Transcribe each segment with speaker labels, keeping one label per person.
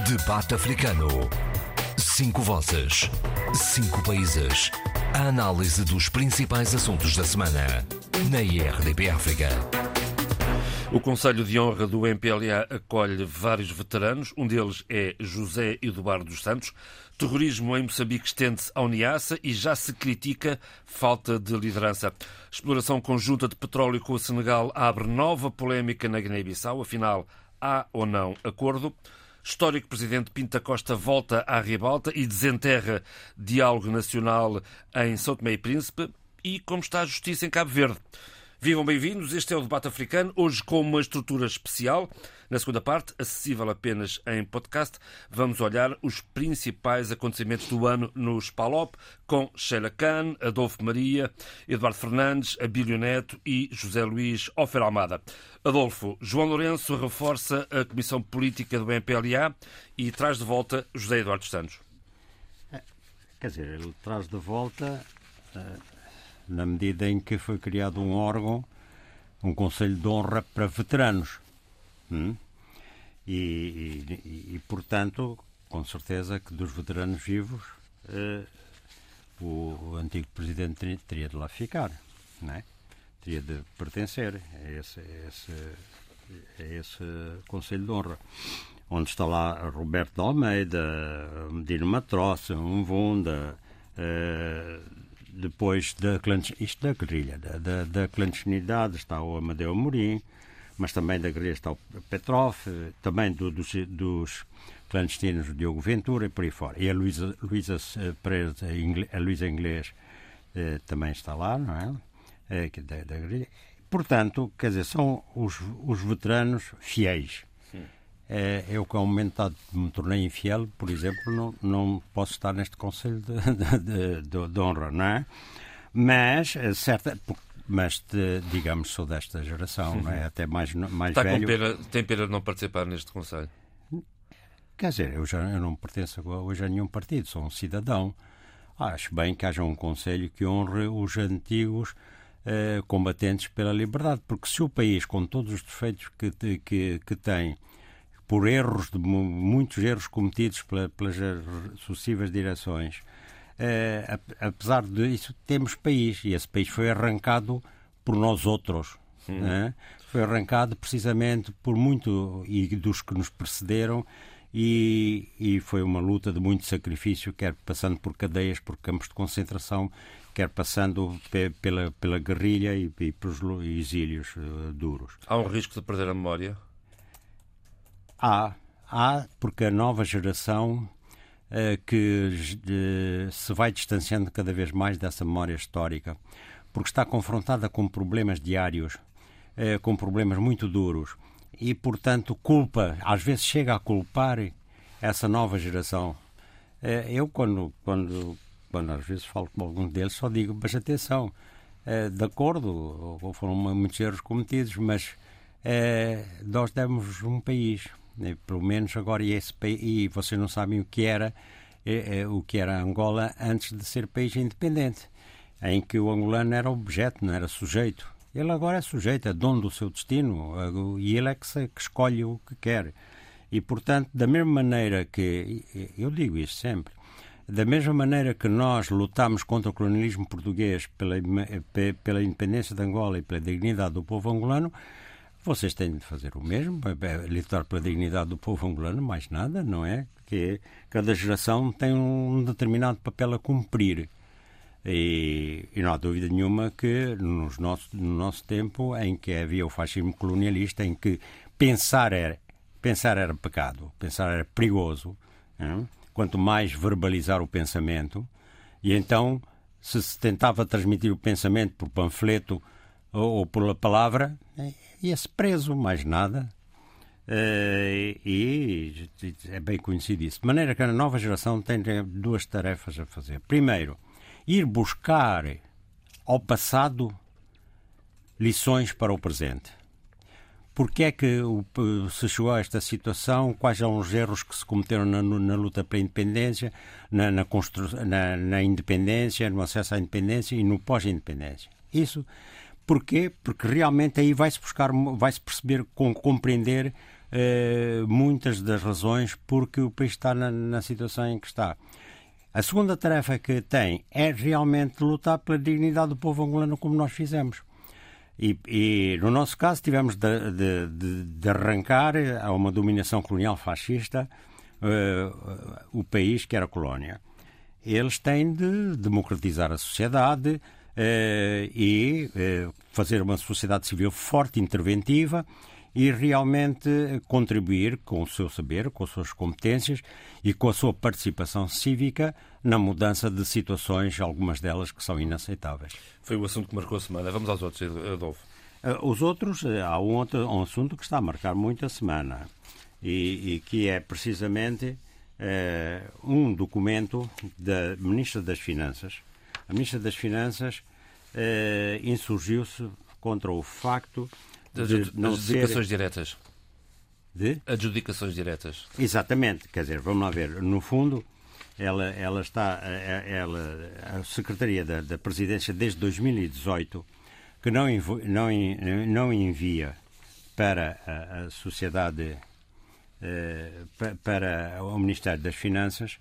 Speaker 1: Debate Africano. 5 vozes, 5 países. A análise dos principais assuntos da semana na IRDP África.
Speaker 2: O Conselho de Honra do MPLA acolhe vários veteranos. Um deles é José Eduardo dos Santos. Terrorismo em Moçambique estende-se ao Niassa e já se critica falta de liderança. Exploração conjunta de petróleo com o Senegal abre nova polémica na Guiné-Bissau. Afinal, há ou não acordo? Histórico presidente Pinto da Costa volta à ribalta e desenterra diálogo nacional em São Tomé e Príncipe. E como está a justiça em Cabo Verde? Vivam bem-vindos, este é o Debate Africano, hoje com uma estrutura especial. Na segunda parte, acessível apenas em podcast, vamos olhar os principais acontecimentos do ano nos PALOP, com Sheila Khan, Adolfo Maria, Eduardo Fernandes, Abílio Neto e José Luís Ofer Almada. Adolfo, João Lourenço reforça a Comissão Política do MPLA e traz de volta José Eduardo dos Santos.
Speaker 3: Quer dizer, ele traz de volta... na medida em que foi criado um órgão, um Conselho de Honra para veteranos. Portanto, com certeza que dos veteranos vivos, o antigo presidente teria de lá ficar, não é? Teria de pertencer a esse Conselho de Honra, onde está lá Roberto de Almeida, Medina Matroça, Mvunda, depois da guerrilha, da clandestinidade está o Amadeu Amorim, mas também da guerrilha está o Petrov, também dos clandestinos o Diogo Ventura e por aí fora. E a Luísa Pereira, a Luísa Inglês, também está lá, não é? Da guerrilha. Portanto, quer dizer, são os veteranos fiéis. Eu, que ao momento me tornei infiel, por exemplo, não posso estar neste Conselho de Honra, não é? Mas, digamos, sou desta geração, não é? Até mais velho.
Speaker 2: Tem pena de não participar neste Conselho?
Speaker 3: Quer dizer, eu não pertenço hoje a nenhum partido, sou um cidadão. Acho bem que haja um Conselho que honre os antigos combatentes pela liberdade, porque se o país, com todos os defeitos que tem, por muitos erros cometidos pelas sucessivas direções, apesar disso, temos país, e esse país foi arrancado por nós outros. Foi arrancado precisamente por muito e dos que nos precederam, e foi uma luta de muito sacrifício, quer passando por cadeias, por campos de concentração, quer passando pela guerrilha e pelos exílios duros.
Speaker 2: Há um risco de perder a memória?
Speaker 3: Há, porque a nova geração que se vai distanciando cada vez mais dessa memória histórica, porque está confrontada com problemas diários, com problemas muito duros, e, portanto, às vezes chega a culpar essa nova geração. Eu, quando às vezes falo com alguns deles, só digo, mas atenção, de acordo, foram muitos erros cometidos, mas nós demos um país. Pelo menos agora, e vocês não sabem o que era Angola antes de ser país independente, em que o angolano era objeto, não era sujeito. Ele agora é sujeito, é dono do seu destino, e ele é que escolhe o que quer. E, portanto, da mesma maneira que, eu digo isso sempre, da mesma maneira que nós lutamos contra o colonialismo português pela independência de Angola e pela dignidade do povo angolano, vocês têm de fazer o mesmo, lutar pela dignidade do povo angolano, mais nada, não é? Que cada geração tem um determinado papel a cumprir. E não há dúvida nenhuma que no nosso tempo, em que havia o fascismo colonialista, em que pensar era pecado, pensar era perigoso, quanto mais verbalizar o pensamento, e então se tentava transmitir o pensamento por panfleto ou pela palavra, ia-se preso, mais nada. E é bem conhecido isso. De maneira que a nova geração tem 2 tarefas a fazer. Primeiro, ir buscar ao passado lições para o presente. Porque é que se chegou a esta situação? Quais são os erros que se cometeram na luta pela independência, na independência, no acesso à independência e no pós-independência? Isso. Porquê? Porque realmente aí vai-se perceber, compreender muitas das razões porque o país está na situação em que está. A segunda tarefa que tem é realmente lutar pela dignidade do povo angolano, como nós fizemos. E no nosso caso tivemos de arrancar a uma dominação colonial fascista o país que era colónia. Eles têm de democratizar a sociedade e fazer uma sociedade civil forte, interventiva, e realmente contribuir com o seu saber, com as suas competências e com a sua participação cívica na mudança de situações, algumas delas que são inaceitáveis.
Speaker 2: Foi o assunto que marcou a semana. Vamos aos outros, Adolfo.
Speaker 3: Os outros, há um assunto que está a marcar muito a semana e que é precisamente um documento da Ministra das Finanças. A Ministra das Finanças insurgiu-se contra o facto de não ser...
Speaker 2: Adjudicações diretas.
Speaker 3: De?
Speaker 2: Adjudicações diretas.
Speaker 3: Exatamente. Quer dizer, vamos lá ver. No fundo, ela está... a Secretaria da Presidência, desde 2018, que não envia para a sociedade, para o Ministério das Finanças,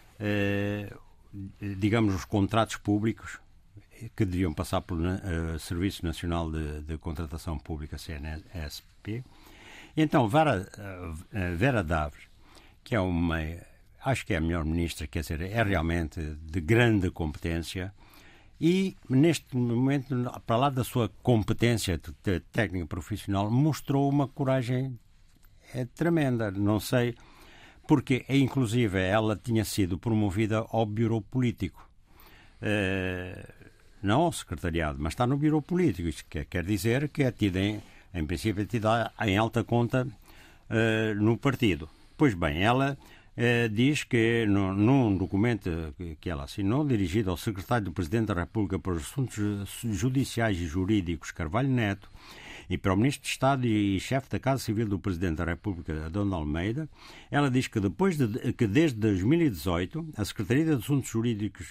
Speaker 3: digamos, os contratos públicos que deviam passar pelo Serviço Nacional de Contratação Pública, CNSP. Então, Vera Davos, que é acho que é a melhor ministra, quer dizer, é realmente de grande competência e, neste momento, para lá da sua competência técnica profissional, mostrou uma coragem tremenda. Não sei, porque, inclusive, ela tinha sido promovida ao Bureau Político. Não ao secretariado, mas está no Bureau Político. Isto quer dizer que é tida, em princípio, é tida em alta conta no partido. Pois bem, ela diz que num documento que ela assinou, dirigido ao secretário do Presidente da República para os Assuntos Judiciais e Jurídicos, Carvalho Neto, e para o Ministro de Estado e chefe da Casa Civil do Presidente da República, Adão de Almeida, ela diz que que desde 2018 a Secretaria de Assuntos Jurídicos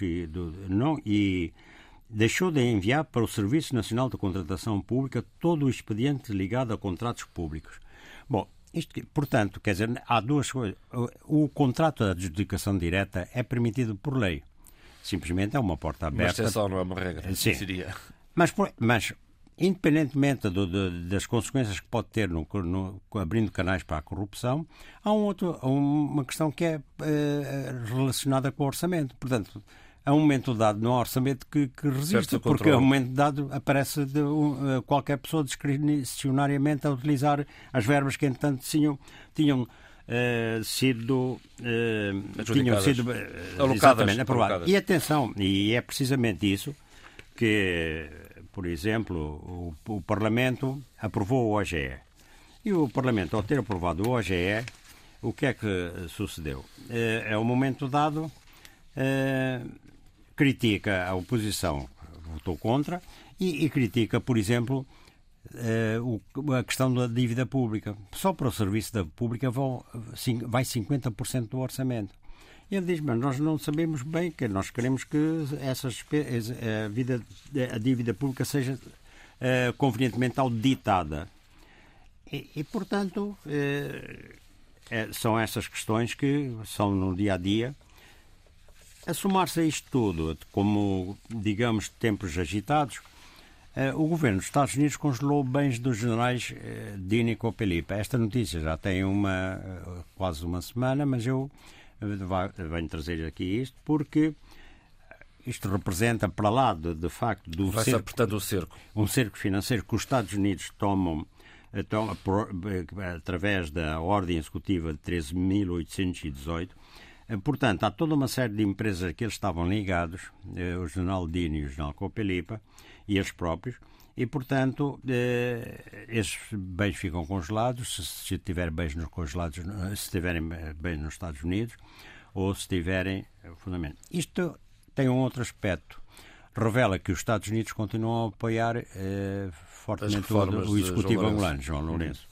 Speaker 3: deixou de enviar para o Serviço Nacional de Contratação Pública todo o expediente ligado a contratos públicos. Bom, portanto, quer dizer, há duas coisas. O contrato de adjudicação direta é permitido por lei. Simplesmente é uma porta aberta.
Speaker 2: Uma exceção, não é uma regra.
Speaker 3: Sim.
Speaker 2: Seria.
Speaker 3: Mas independentemente das consequências que pode ter abrindo canais para a corrupção, há uma questão que é relacionada com o orçamento. Portanto, a um momento dado não há orçamento que resiste, porque a um momento dado aparece qualquer pessoa discricionariamente a utilizar as verbas que, entretanto, tinham sido aprovadas. E atenção, e é precisamente isso que, por exemplo, o Parlamento aprovou o OGE. E o Parlamento, ao ter aprovado o OGE, o que é que sucedeu? A um momento dado, critica a oposição, votou contra, e critica, por exemplo, a questão da dívida pública. Só para o serviço da pública vai 50% do orçamento. E ele diz, mas nós não sabemos bem, que nós queremos que a dívida pública seja convenientemente auditada. E portanto, são essas questões que são no dia-a-dia. A somar-se a isto tudo, como, digamos, tempos agitados, o governo dos Estados Unidos congelou bens dos generais Dino e Copelipa. Esta notícia já tem quase uma semana, mas eu venho trazer aqui isto porque isto representa, para lá de facto do
Speaker 2: vai-se apertando o cerco.
Speaker 3: Um cerco financeiro que os Estados Unidos tomam através da ordem executiva de 13.818. Portanto, há toda uma série de empresas a que eles estavam ligados, o general Dino e o general Copelipa, e eles próprios, e, portanto, esses bens ficam congelados, se tiverem bens congelados, se tiverem bens nos Estados Unidos, ou se tiverem fundamento. Isto tem um outro aspecto. Revela que os Estados Unidos continuam a apoiar fortemente o executivo angolano, João Lourenço.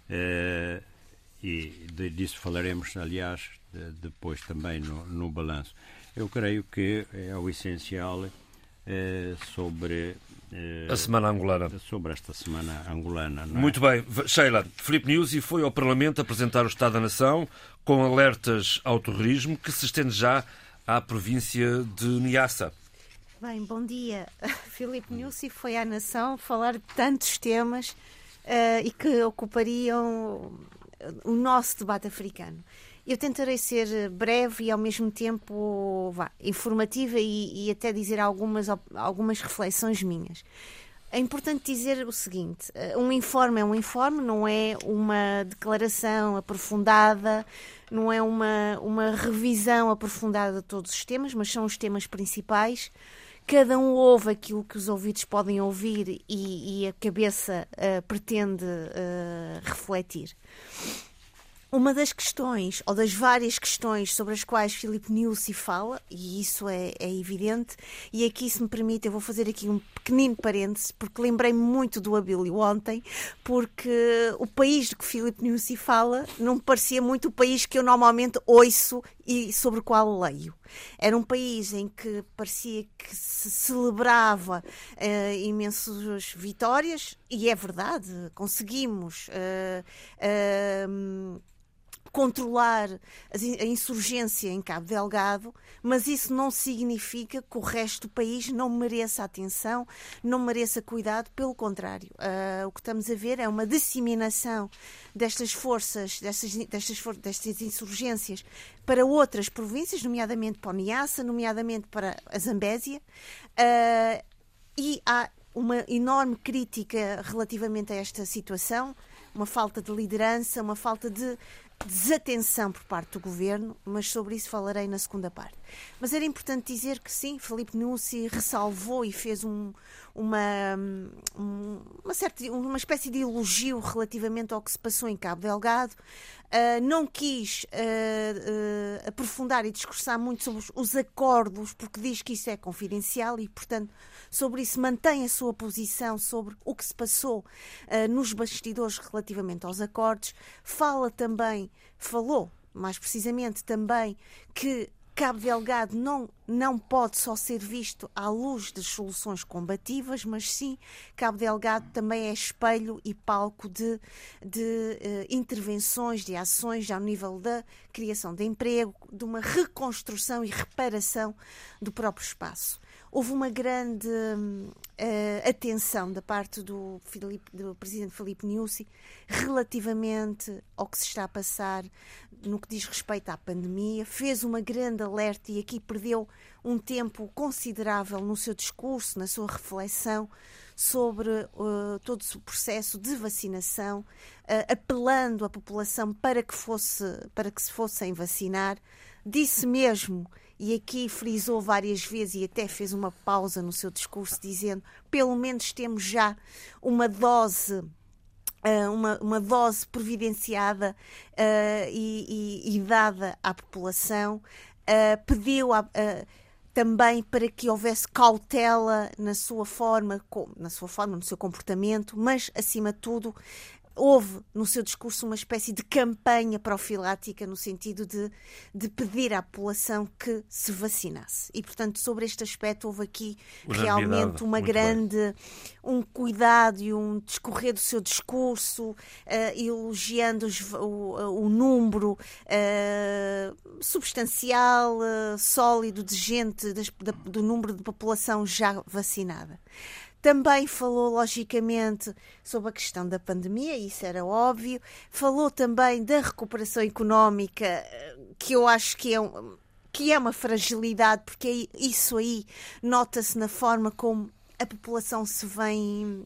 Speaker 3: E disso falaremos, aliás, depois também no balanço. Eu creio que é o essencial sobre
Speaker 2: a semana angolana.
Speaker 3: Sobre esta semana angolana. Não é?
Speaker 2: Muito bem. Sheila, Filipe Nyusi foi ao Parlamento apresentar o Estado da Nação com alertas ao terrorismo que se estende já à província de Niassa.
Speaker 4: Bem, bom dia. Filipe Nyusi foi à Nação falar de tantos temas e que ocupariam o nosso debate africano. Eu tentarei ser breve e ao mesmo tempo informativa e até dizer algumas reflexões minhas. É importante dizer o seguinte, um informe é um informe, não é uma declaração aprofundada, não é uma revisão aprofundada de todos os temas, mas são os temas principais. Cada um ouve aquilo que os ouvidos podem ouvir e a cabeça pretende refletir. Uma das questões, ou das várias questões sobre as quais Filipe Nyusi fala, e isso é evidente, e aqui, se me permite, eu vou fazer aqui um pequenino parêntese, porque lembrei-me muito do Abílio ontem, porque o país de que Filipe Nyusi fala não me parecia muito o país que eu normalmente ouço e sobre o qual leio. Era um país em que parecia que se celebrava imensas vitórias, e é verdade, conseguimos controlar a insurgência em Cabo Delgado, mas isso não significa que o resto do país não mereça atenção, não mereça cuidado, pelo contrário. O que estamos a ver é uma disseminação destas forças, destas insurgências para outras províncias, nomeadamente para o Niassa, nomeadamente para a Zambésia, e há uma enorme crítica relativamente a esta situação, uma falta de liderança, uma falta de desatenção por parte do governo, mas sobre isso falarei na segunda parte. Mas era importante dizer que sim, Filipe Nyusi ressalvou e fez uma espécie de elogio relativamente ao que se passou em Cabo Delgado. Não quis aprofundar e discursar muito sobre os acordos, porque diz que isso é confidencial e, portanto, sobre isso mantém a sua posição sobre o que se passou nos bastidores relativamente aos acordos. Falou, mais precisamente também, que Cabo Delgado não pode só ser visto à luz das soluções combativas, mas sim, Cabo Delgado também é espelho e palco de intervenções, de ações ao nível da criação de emprego, de uma reconstrução e reparação do próprio espaço. Houve uma grande atenção da parte do presidente Filipe Nyusi relativamente ao que se está a passar no que diz respeito à pandemia. Fez uma grande alerta e aqui perdeu um tempo considerável no seu discurso, na sua reflexão sobre todo o processo de vacinação, apelando à população para que se fossem vacinar. Disse mesmo, e aqui frisou várias vezes e até fez uma pausa no seu discurso, dizendo pelo menos temos já uma dose providenciada e dada à população. Pediu também para que houvesse cautela no seu comportamento, mas, acima de tudo, houve no seu discurso uma espécie de campanha profilática no sentido de pedir à população que se vacinasse. E, portanto, sobre este aspecto houve aqui realmente um cuidado e um discorrer do seu discurso, elogiando o número substancial, sólido de gente, do número de população já vacinada. Também falou, logicamente, sobre a questão da pandemia, isso era óbvio. Falou também da recuperação económica, que eu acho que é uma fragilidade, porque isso aí nota-se na forma como a população se vem,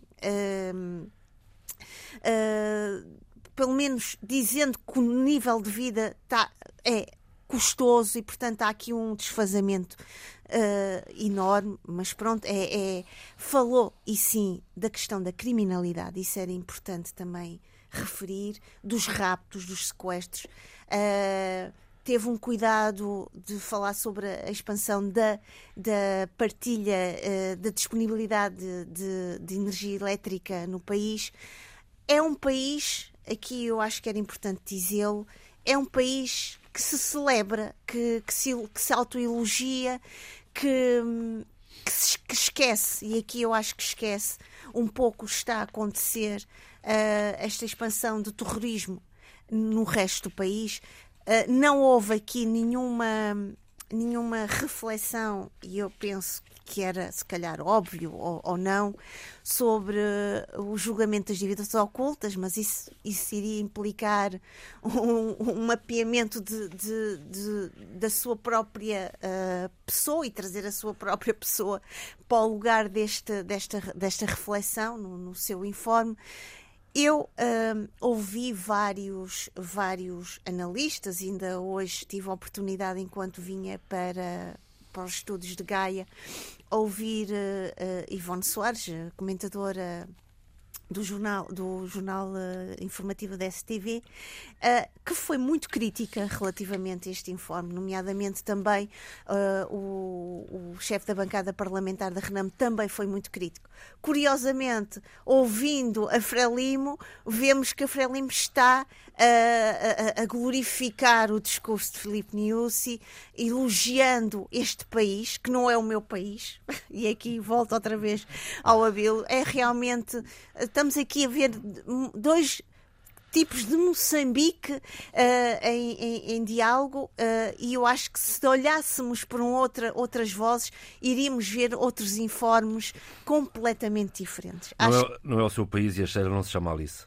Speaker 4: pelo menos dizendo que o nível de vida é custoso e, portanto, há aqui um desfazamento enorme, mas pronto, falou, e sim, da questão da criminalidade, isso era importante também referir, dos raptos, dos sequestros. Teve um cuidado de falar sobre a expansão da partilha, da disponibilidade de energia elétrica no país. É um país, aqui eu acho que era importante dizê-lo, é um país que se celebra, que se autoelogia, que que esquece, e aqui eu acho que esquece um pouco está a acontecer esta expansão do terrorismo no resto do país. Não houve aqui nenhuma reflexão, e eu penso que era se calhar óbvio ou não, sobre o julgamento das dívidas ocultas, mas isso iria implicar um mapeamento da sua própria pessoa e trazer a sua própria pessoa para o lugar desta reflexão no seu informe. Eu ouvi vários analistas, ainda hoje tive a oportunidade, enquanto vinha para os estúdios de Gaia, ouvir Ivone Soares, comentadora do jornal informativo da STV, que foi muito crítica relativamente a este informe, nomeadamente também o chefe da bancada parlamentar da Renamo também foi muito crítico. Curiosamente, ouvindo a Frelimo, vemos que a Frelimo está a glorificar o discurso de Filipe Nyusi, elogiando este país, que não é o meu país, e aqui volto outra vez ao Abílio. É realmente, estamos aqui a ver dois tipos de Moçambique em diálogo, e eu acho que se olhássemos por outras vozes, iríamos ver outros informes completamente diferentes.
Speaker 2: Não é o seu país e a Sheila não se chama Alice.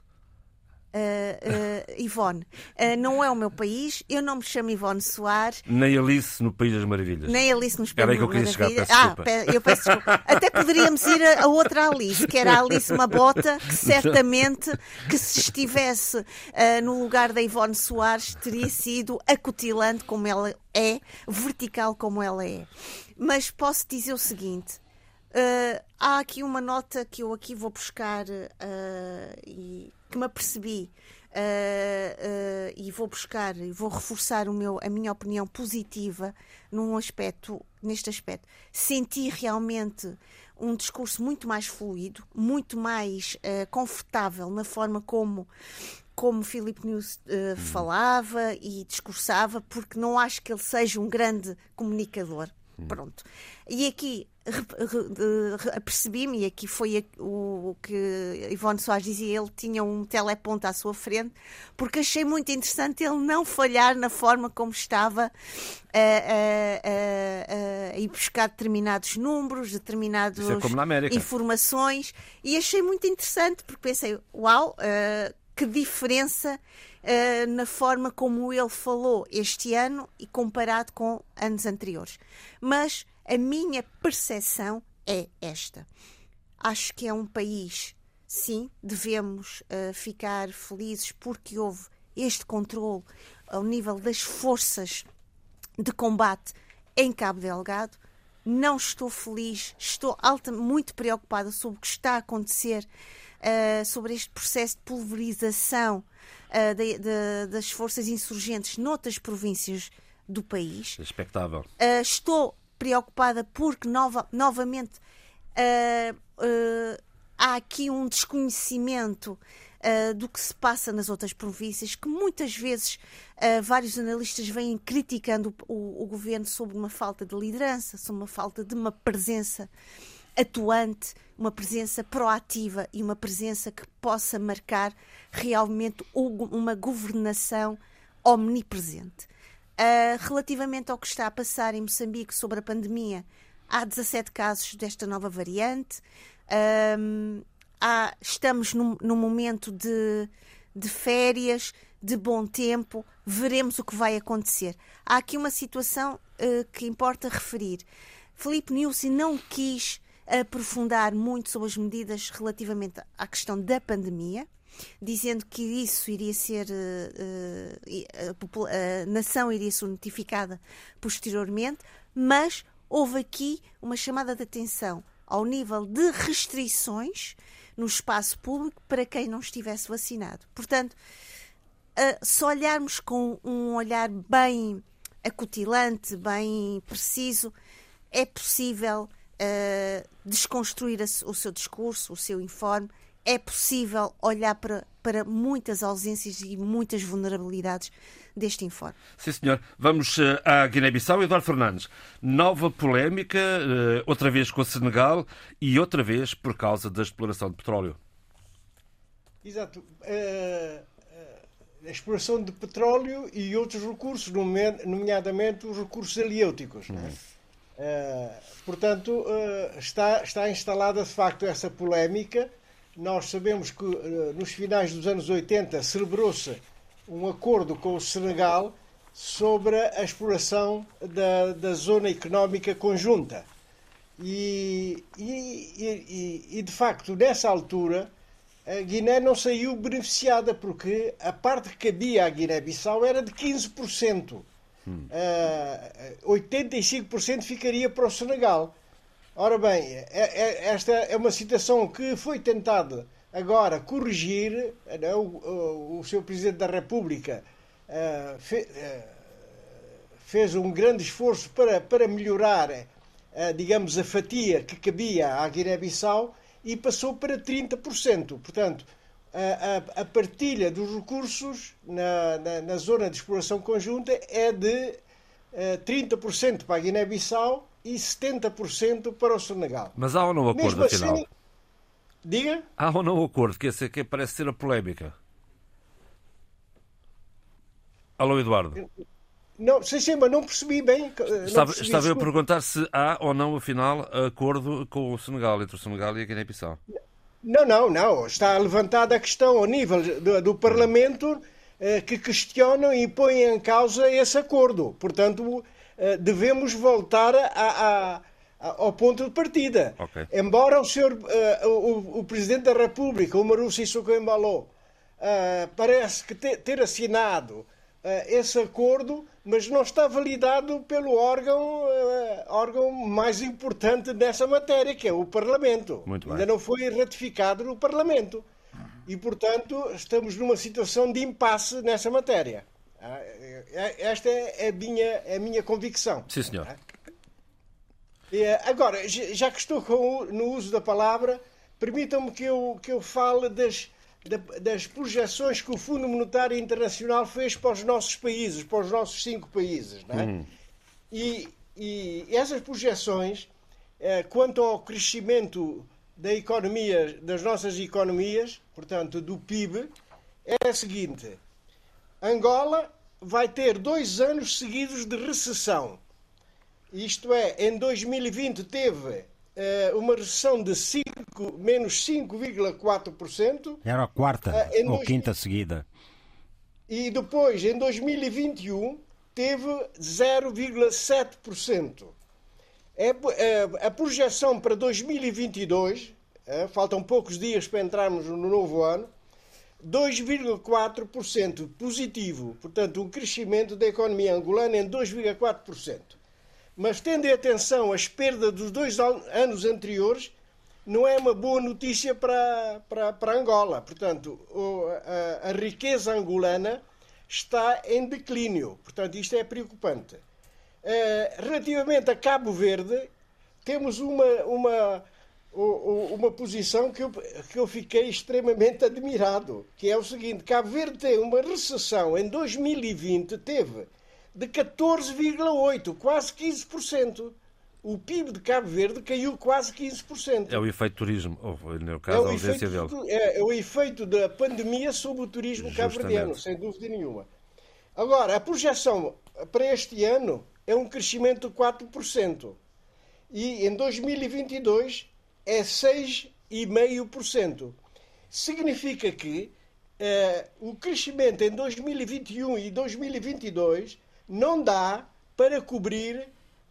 Speaker 4: Ivone, não é o meu país, eu não me chamo Ivone Soares.
Speaker 2: Nem Alice no País das Maravilhas.
Speaker 4: Nem Alice nos País das Maravilhas.
Speaker 2: Era aí que eu queria chegar, peço desculpa.
Speaker 4: Eu peço desculpa. Até poderíamos ir a outra Alice, que era a Alice Mabota, que certamente, que se estivesse no lugar da Ivone Soares, teria sido acutilante como ela é, vertical como ela é. Mas posso dizer o seguinte. Há aqui uma nota que eu aqui vou buscar e que me apercebi e vou buscar e vou reforçar a minha opinião positiva neste aspecto. Senti realmente um discurso muito mais fluido, muito mais confortável na forma como Filipe Nyusi falava e discursava, porque não acho que ele seja um grande comunicador. Pronto. E aqui apercebi-me, e aqui foi o que Ivone Soares dizia, ele tinha um teleponto à sua frente, porque achei muito interessante ele não falhar na forma como estava a ir buscar determinados números, determinadas informações, e achei muito interessante, porque pensei, uau, que diferença na forma como ele falou este ano e comparado com anos anteriores. Mas a minha percepção é esta. Acho que é um país, sim, devemos ficar felizes porque houve este controle ao nível das forças de combate em Cabo Delgado. Não estou feliz, estou muito preocupada sobre o que está a acontecer, sobre este processo de pulverização das forças insurgentes noutras províncias do país.
Speaker 2: Expectável.
Speaker 4: Estou preocupada porque novamente há aqui um desconhecimento do que se passa nas outras províncias, que muitas vezes vários analistas vêm criticando o governo sobre uma falta de liderança, sobre uma falta de uma presença atuante, uma presença proativa e uma presença que possa marcar realmente uma governação omnipresente. Relativamente ao que está a passar em Moçambique sobre a pandemia, há 17 casos desta nova variante. Estamos num momento de férias, de bom tempo, veremos o que vai acontecer. Há aqui uma situação que importa referir. Filipe Nyusi não quis aprofundar muito sobre as medidas relativamente à questão da pandemia, dizendo que isso iria ser a nação iria ser notificada posteriormente, mas houve aqui uma chamada de atenção ao nível de restrições no espaço público para quem não estivesse vacinado. Portanto, se olharmos com um olhar bem acutilante, bem preciso, é possível desconstruir o seu discurso, o seu informe, é possível olhar para muitas ausências e muitas vulnerabilidades deste informe.
Speaker 2: Sim, senhor. Vamos à Guiné-Bissau. Eduardo Fernandes, nova polémica, outra vez com o Senegal e outra vez por causa da exploração de petróleo.
Speaker 5: Exato. A exploração de petróleo e outros recursos, nomeadamente os recursos haliêuticos. Não é? Portanto, está instalada de facto essa polémica. Nós sabemos que nos finais dos anos 80 celebrou-se um acordo com o Senegal sobre a exploração da zona económica conjunta. E de facto, nessa altura, a Guiné não saiu beneficiada, porque a parte que cabia à Guiné-Bissau era de 15%. 85% ficaria para o Senegal. Ora bem, esta é uma situação que foi tentada agora corrigir. O Sr. Presidente da República fez um grande esforço para melhorar, digamos, a fatia que cabia à Guiné-Bissau e passou para 30%. Portanto, a partilha dos recursos na zona de exploração conjunta é de 30% para a Guiné-Bissau e 70% para o Senegal.
Speaker 2: Mas há ou não acordo,
Speaker 5: Mesmo
Speaker 2: afinal?
Speaker 5: assim, diga?
Speaker 2: Há ou não acordo? Que parece ser a polémica. Alô, Eduardo.
Speaker 5: Não, sim, mas não percebi bem.
Speaker 2: Estava eu a perguntar se há ou não, afinal, acordo com o Senegal, entre o Senegal e a Guiné-Bissau.
Speaker 5: Não. Está levantada a questão ao nível do Parlamento, que questionam e põem em causa esse acordo. Portanto, devemos voltar ao ponto de partida.
Speaker 2: Okay.
Speaker 5: Embora o Presidente da República, Umaru Sissoko Embalo, parece que ter assinado esse acordo, mas não está validado pelo órgão mais importante nessa matéria, que é o Parlamento. Ainda não foi ratificado no Parlamento. E, portanto, estamos numa situação de impasse nessa matéria. Esta é a minha convicção.
Speaker 2: Sim, senhor.
Speaker 5: Agora, já que estou no uso da palavra, permitam-me que eu fale das projeções que o Fundo Monetário Internacional fez para os nossos países, para os nossos 5 países. Não é? E essas projeções, quanto ao crescimento das nossas economias, portanto, do PIB, é a seguinte: Angola vai ter 2 anos seguidos de recessão. Isto é, em 2020 teve uma recessão de menos 5,4%.
Speaker 3: Era a quarta ou quinta seguida.
Speaker 5: E depois, em 2021, teve 0,7%. A projeção para 2022, faltam poucos dias para entrarmos no novo ano, 2,4% positivo. Portanto, um crescimento da economia angolana em 2,4%. Mas, tendo em atenção as perdas dos 2 anos anteriores, não é uma boa notícia para Angola. Portanto, a riqueza angolana está em declínio. Portanto, isto é preocupante. Relativamente a Cabo Verde, temos uma posição que eu fiquei extremamente admirado, que é o seguinte: Cabo Verde tem uma recessão em 2020, teve de 14,8%, quase 15%. O PIB de Cabo Verde caiu quase 15%.
Speaker 2: É o efeito turismo, ou no caso a ausência dele.
Speaker 5: É o efeito da pandemia sobre o turismo cabo-verdiano, sem dúvida nenhuma. Agora, a projeção para este ano é um crescimento de 4%. E em 2022 é 6,5%. Significa que o crescimento em 2021 e 2022 não dá para cobrir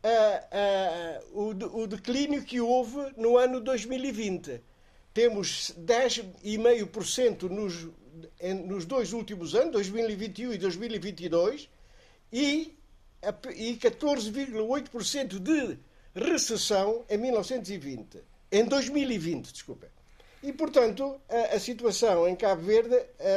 Speaker 5: o declínio que houve no ano 2020. Temos 10,5% nos 2 últimos anos, 2021 e 2022, e 14,8% de recessão em 2020, desculpa. E, portanto, a situação em Cabo Verde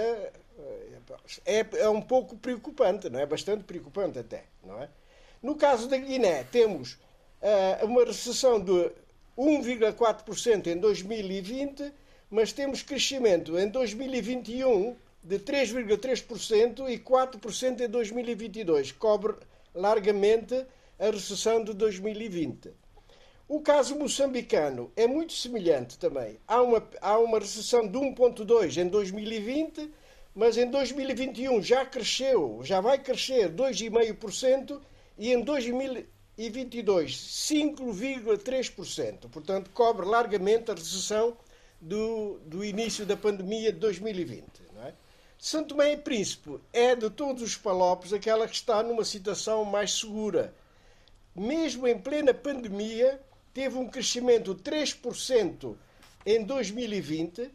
Speaker 5: é um pouco preocupante, não é? Bastante preocupante até, não é? No caso da Guiné, temos uma recessão de 1,4% em 2020, mas temos crescimento em 2021 de 3,3% e 4% em 2022. Cobre largamente a recessão de 2020. O caso moçambicano é muito semelhante também. Há uma recessão de 1,2% em 2020, mas em 2021 já vai crescer 2,5% e em 2022 5,3%. Portanto, cobre largamente a recessão do início da pandemia de 2020. Não é? São Tomé e Príncipe é de todos os Palopes aquela que está numa situação mais segura. Mesmo em plena pandemia, teve um crescimento de 3% em 2020,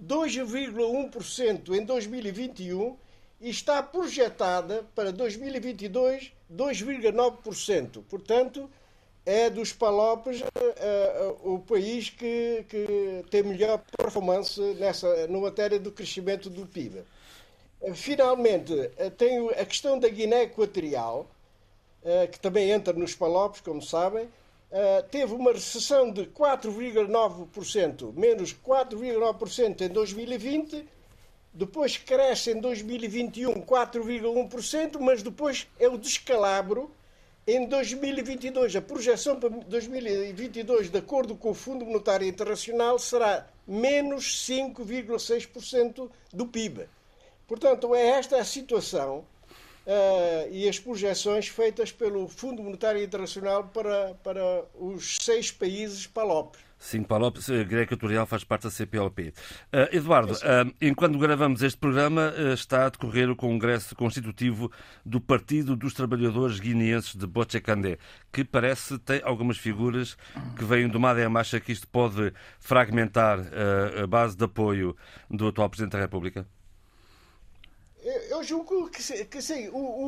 Speaker 5: 2,1% em 2021 e está projetada para 2022 2,9%. Portanto, é dos Palopes o país que tem melhor performance na matéria do crescimento do PIB. Finalmente, tem a questão da Guiné Equatorial, que também entra nos Palopes, como sabem. Teve uma recessão de 4,9%, menos 4,9% em 2020, depois cresce em 2021 4,1%, mas depois é o descalabro em 2022. A projeção para 2022, de acordo com o Fundo Monetário Internacional, será menos 5,6% do PIB. Portanto, esta é a situação e as projeções feitas pelo Fundo Monetário Internacional para os 6 países Palopes.
Speaker 2: 5 Palopes, a Guiné Equatorial faz parte da CPLP. Eduardo, enquanto gravamos este programa, está a decorrer o Congresso Constitutivo do Partido dos Trabalhadores Guineenses de Bochecandé, que parece ter algumas figuras que vêm do Madem acha que isto pode fragmentar a base de apoio do atual Presidente da República?
Speaker 5: Eu julgo que sim.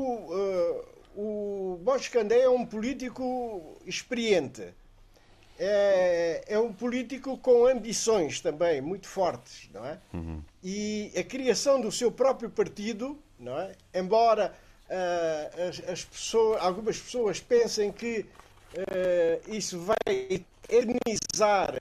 Speaker 5: O Bochecandé é um político experiente. É um político com ambições também muito fortes, não é? Uhum. E a criação do seu próprio partido, não é? Embora algumas pessoas pensem que isso vai eternizar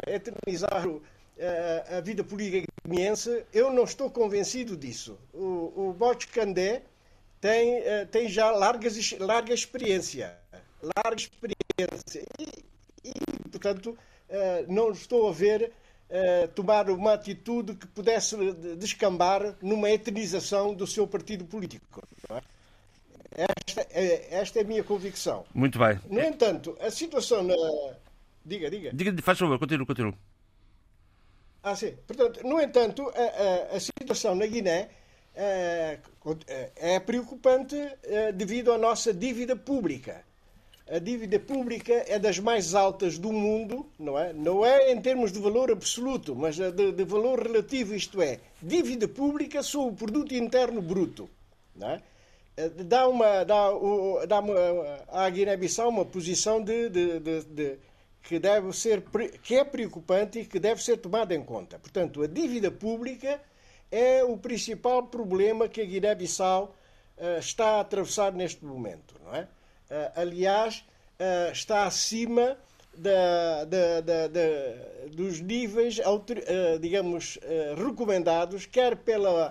Speaker 5: a vida política guineense, eu não estou convencido disso. O Bochecandé tem já larga experiência. E, portanto, não estou a ver tomar uma atitude que pudesse descambar numa eternização do seu partido político. Não é? Esta é a minha convicção.
Speaker 2: Muito bem.
Speaker 5: No entanto, a situação na... Diga.
Speaker 2: Faz favor, continue.
Speaker 5: Sim. Portanto, no entanto, a situação na Guiné é preocupante devido à nossa dívida pública. A dívida pública é das mais altas do mundo, não é? Não é em termos de valor absoluto, mas de valor relativo, isto é, dívida pública sobre o produto interno bruto, não é? Dá à Guiné-Bissau uma posição que é preocupante e que deve ser tomada em conta. Portanto, a dívida pública é o principal problema que a Guiné-Bissau está a atravessar neste momento, não é? Aliás, está acima dos níveis, digamos, recomendados, quer pela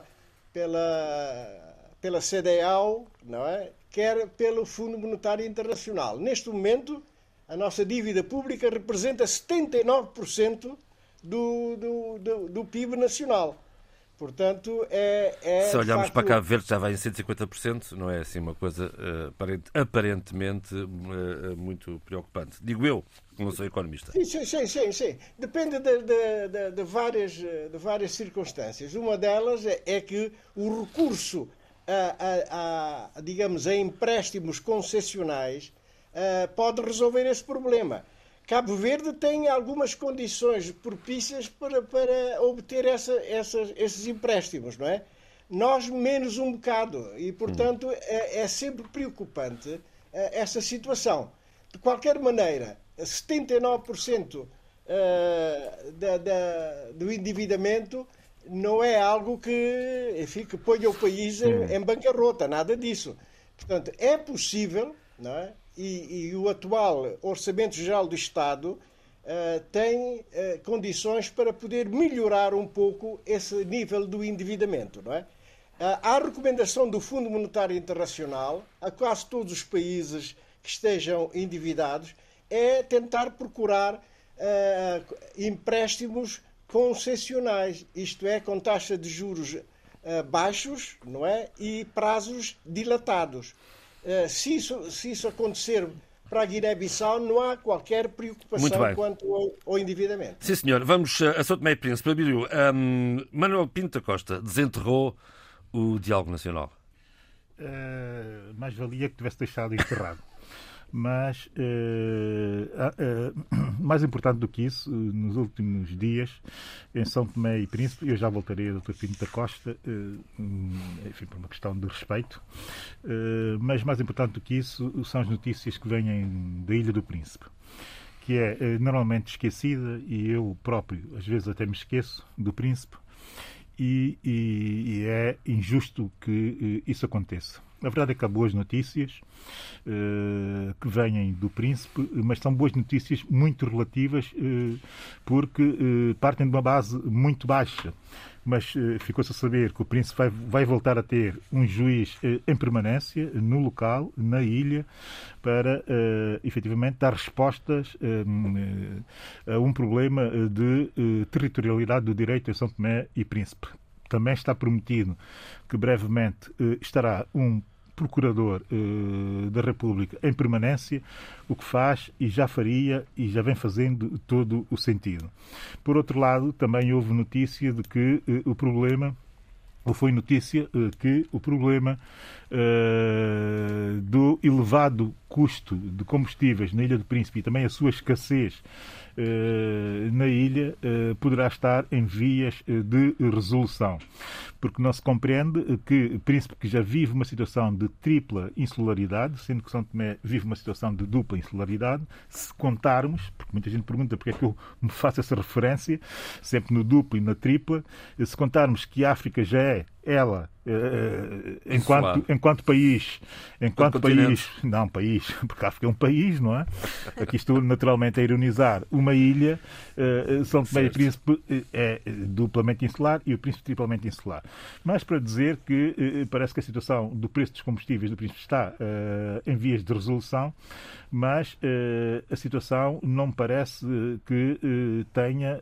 Speaker 5: CEDEAO, não é? Quer pelo Fundo Monetário Internacional. Neste momento, a nossa dívida pública representa 79% do PIB nacional. Portanto,
Speaker 2: se olharmos para Cabo Verde, já vai em 150%, não é assim uma coisa aparentemente muito preocupante. Digo eu, que não sou economista.
Speaker 5: Sim. Depende de várias circunstâncias. Uma delas é que o recurso digamos, a empréstimos concessionais pode resolver esse problema. Cabo Verde tem algumas condições propícias para obter esses empréstimos, não é? Nós menos um bocado e, portanto, é sempre preocupante essa situação. De qualquer maneira, 79% do endividamento não é algo que ponha o país em bancarrota, nada disso. Portanto, é possível, não é? E o atual Orçamento Geral do Estado tem condições para poder melhorar um pouco esse nível do endividamento, não é? A recomendação do Fundo Monetário Internacional a quase todos os países que estejam endividados é tentar procurar empréstimos concessionais, isto é, com taxa de juros baixos, não é? E prazos dilatados. Se isso acontecer para a Guiné-Bissau, não há qualquer preocupação quanto ao endividamento.
Speaker 2: Sim, senhor. Vamos a São Tomé e Príncipe. Abílio, Manuel Pinto da Costa desenterrou o diálogo nacional.
Speaker 6: Mais valia que tivesse deixado enterrado. Mas, mais importante do que isso, nos últimos dias, em São Tomé e Príncipe, eu já voltarei a Dr. Pinto da Costa, enfim, por uma questão de respeito, mas mais importante do que isso são as notícias que vêm da Ilha do Príncipe, que é normalmente esquecida, e eu próprio, às vezes, até me esqueço do Príncipe, e é injusto que isso aconteça. A verdade é que há boas notícias que vêm do Príncipe, mas são boas notícias muito relativas porque partem de uma base muito baixa. Mas ficou-se a saber que o Príncipe vai voltar a ter um juiz em permanência no local, na ilha, para efetivamente dar respostas a um problema de territorialidade do direito em São Tomé e Príncipe. Também está prometido que brevemente estará um Procurador da República em permanência, o que faz e já faria e já vem fazendo todo o sentido. Por outro lado, também houve notícia de que o problema, ou foi notícia que o problema do elevado custo de combustíveis na Ilha do Príncipe e também a sua escassez na ilha poderá estar em vias de resolução. Porque não se compreende que Príncipe, que já vive uma situação de tripla insularidade, sendo que São Tomé vive uma situação de dupla insularidade, se contarmos, porque muita gente pergunta porque é que eu me faço essa referência, sempre no duplo e na tripla, se contarmos que a África já é ela, enquanto país, não país, porque a África é um país, não é? Aqui estou naturalmente a ironizar, uma ilha, São Tomé e Príncipe é duplamente insular e o Príncipe triplamente insular. Mas para dizer que parece que a situação do preço dos combustíveis do Príncipe está em vias de resolução, mas a situação não parece que tenha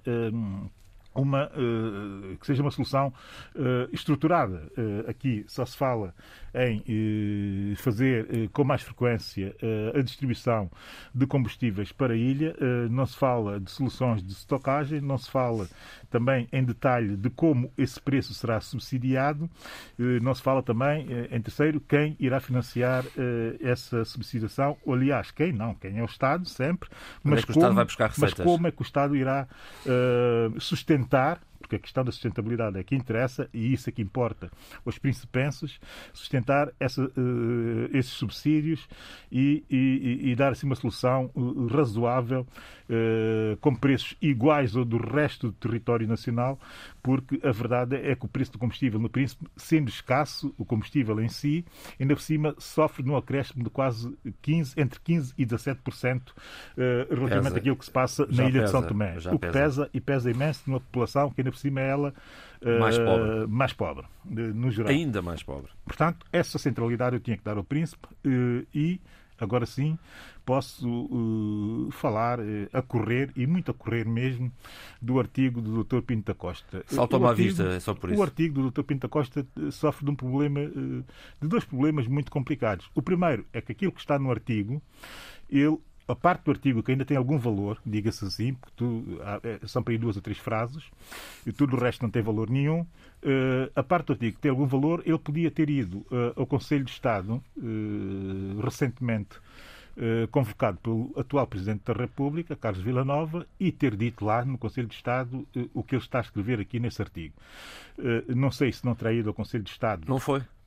Speaker 6: que seja uma solução estruturada. Aqui só se fala em fazer com mais frequência a distribuição de combustíveis para a ilha, não se fala de soluções de estocagem, não se fala também em detalhe de como esse preço será subsidiado, não se fala também, em terceiro, quem irá financiar essa subsidiação, ou aliás, quem é o Estado, sempre, mas como é que o Estado irá sustentar, porque a questão da sustentabilidade é que interessa e isso é que importa aos principenses, sustentar esses subsídios e dar assim uma solução razoável com preços iguais ao do resto do território nacional, porque a verdade é que o preço do combustível no Príncipe, sendo escasso, o combustível em si, ainda por cima sofre num acréscimo de quase entre 15% e 17% relativamente àquilo que se passa na ilha de São Tomé. O que pesa imenso numa população que ainda por cima é ela mais pobre, no geral.
Speaker 2: Ainda mais pobre.
Speaker 6: Portanto, essa centralidade eu tinha que dar ao Príncipe e agora sim posso falar a correr, e muito a correr mesmo, do artigo do Dr. Pinto da Costa.
Speaker 2: Saltou-me à vista, é só por isso.
Speaker 6: O artigo do Dr. Pinto da Costa sofre de de dois problemas muito complicados. O primeiro é que aquilo que está no artigo, a parte do artigo que ainda tem algum valor, diga-se assim, porque são para aí 2 ou 3 frases, e tudo o resto não tem valor nenhum. A parte do artigo que tem algum valor, ele podia ter ido ao Conselho de Estado, recentemente convocado pelo atual Presidente da República, Carlos Villanova, e ter dito lá no Conselho de Estado o que ele está a escrever aqui nesse artigo. Não sei se não terá ido ao Conselho de Estado.
Speaker 2: Não foi?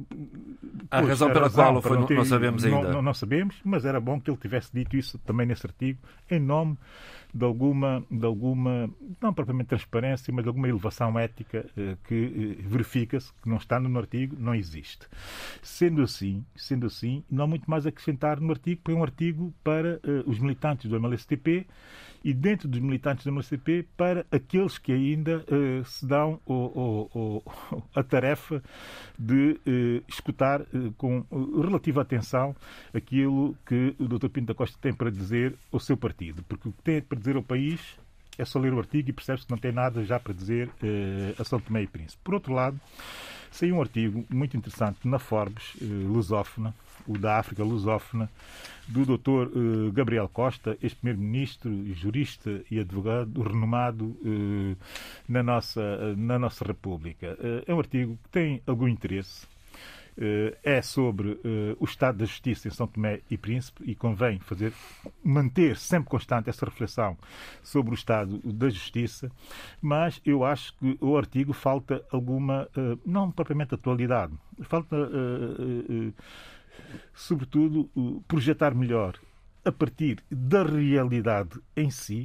Speaker 2: A razão pela qual não sabemos ainda.
Speaker 6: Não sabemos, mas era bom que ele tivesse dito isso também nesse artigo, em nome de alguma não propriamente transparência, mas de alguma elevação ética que verifica-se que não está no artigo, não existe. Sendo assim, não há muito mais a acrescentar no artigo, porque é um artigo para os militantes do MLSTP e dentro dos militantes do MLSTP para aqueles que ainda se dão a tarefa de escutar com relativa atenção aquilo que o Dr. Pinto da Costa tem para dizer ao seu partido, porque o que tem para dizer ao país é só ler o artigo e percebe-se que não tem nada já para dizer a São Tomé e Príncipe. Por outro lado, saiu um artigo muito interessante na Forbes, lusófona, o da África lusófona, do Dr. Gabriel Costa, ex-primeiro-ministro, jurista e advogado renomado na nossa República. É um artigo que tem algum interesse. É sobre o estado da justiça em São Tomé e Príncipe e convém manter sempre constante essa reflexão sobre o estado da justiça, mas eu acho que o artigo falta alguma, não propriamente atualidade, falta sobretudo projetar melhor a partir da realidade em si,